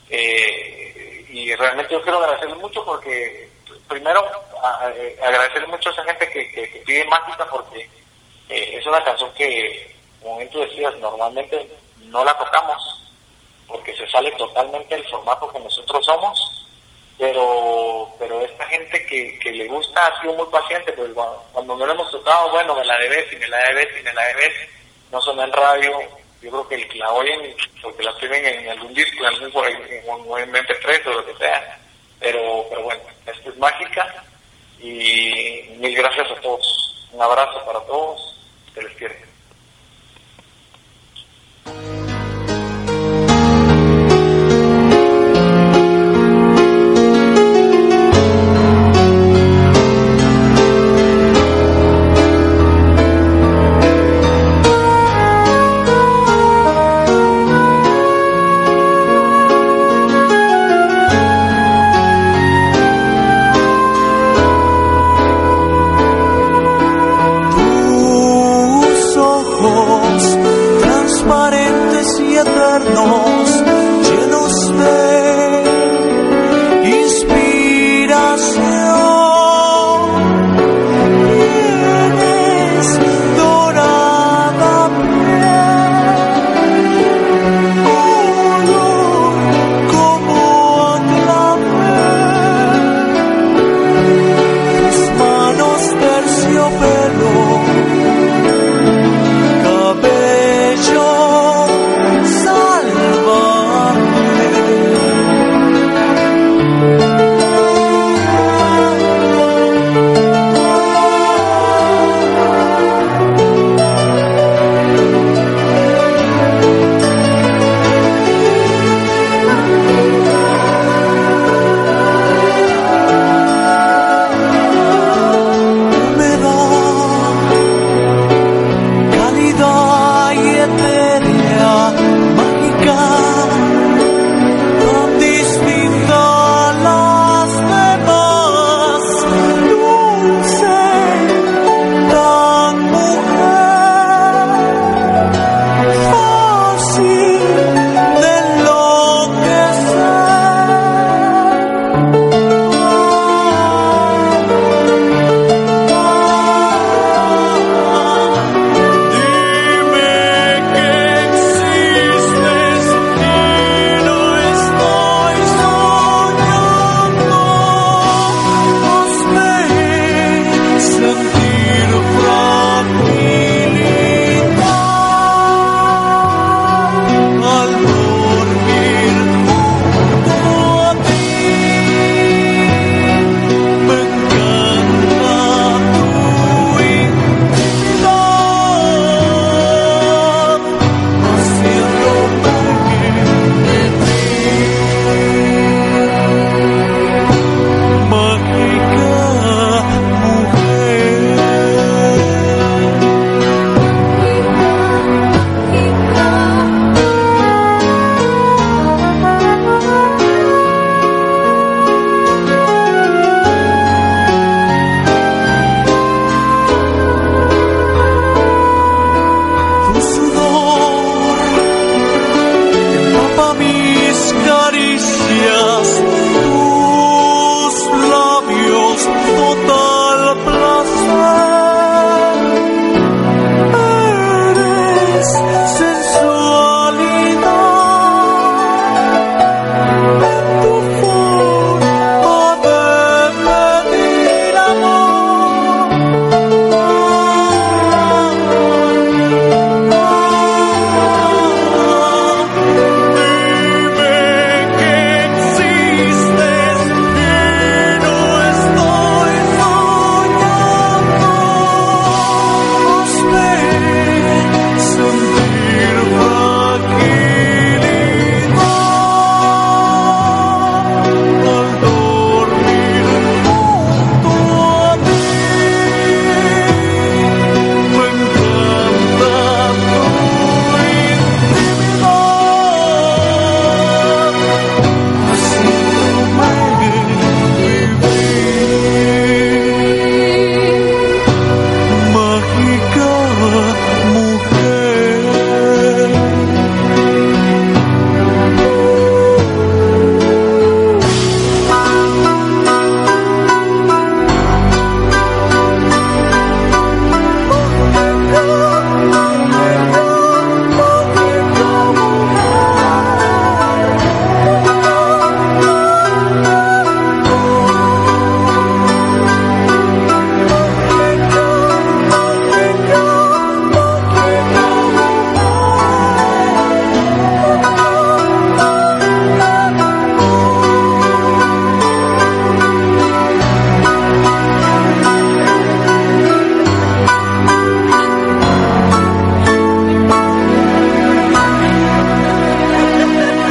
y realmente yo quiero agradecerles mucho, porque primero agradecerles mucho a esa gente que pide Mágica, porque es una canción que, como bien tú decías, normalmente no la tocamos porque se sale totalmente del formato que nosotros somos, pero esta gente que le gusta ha sido muy paciente, pues cuando no la hemos tocado, bueno, me la debes, no suena en radio. Yo creo que el que la oyen, porque la tienen en algún disco, en algún MP3 o lo que sea, pero bueno, esto es Mágica, y mil gracias a todos, un abrazo para todos, se les quiere.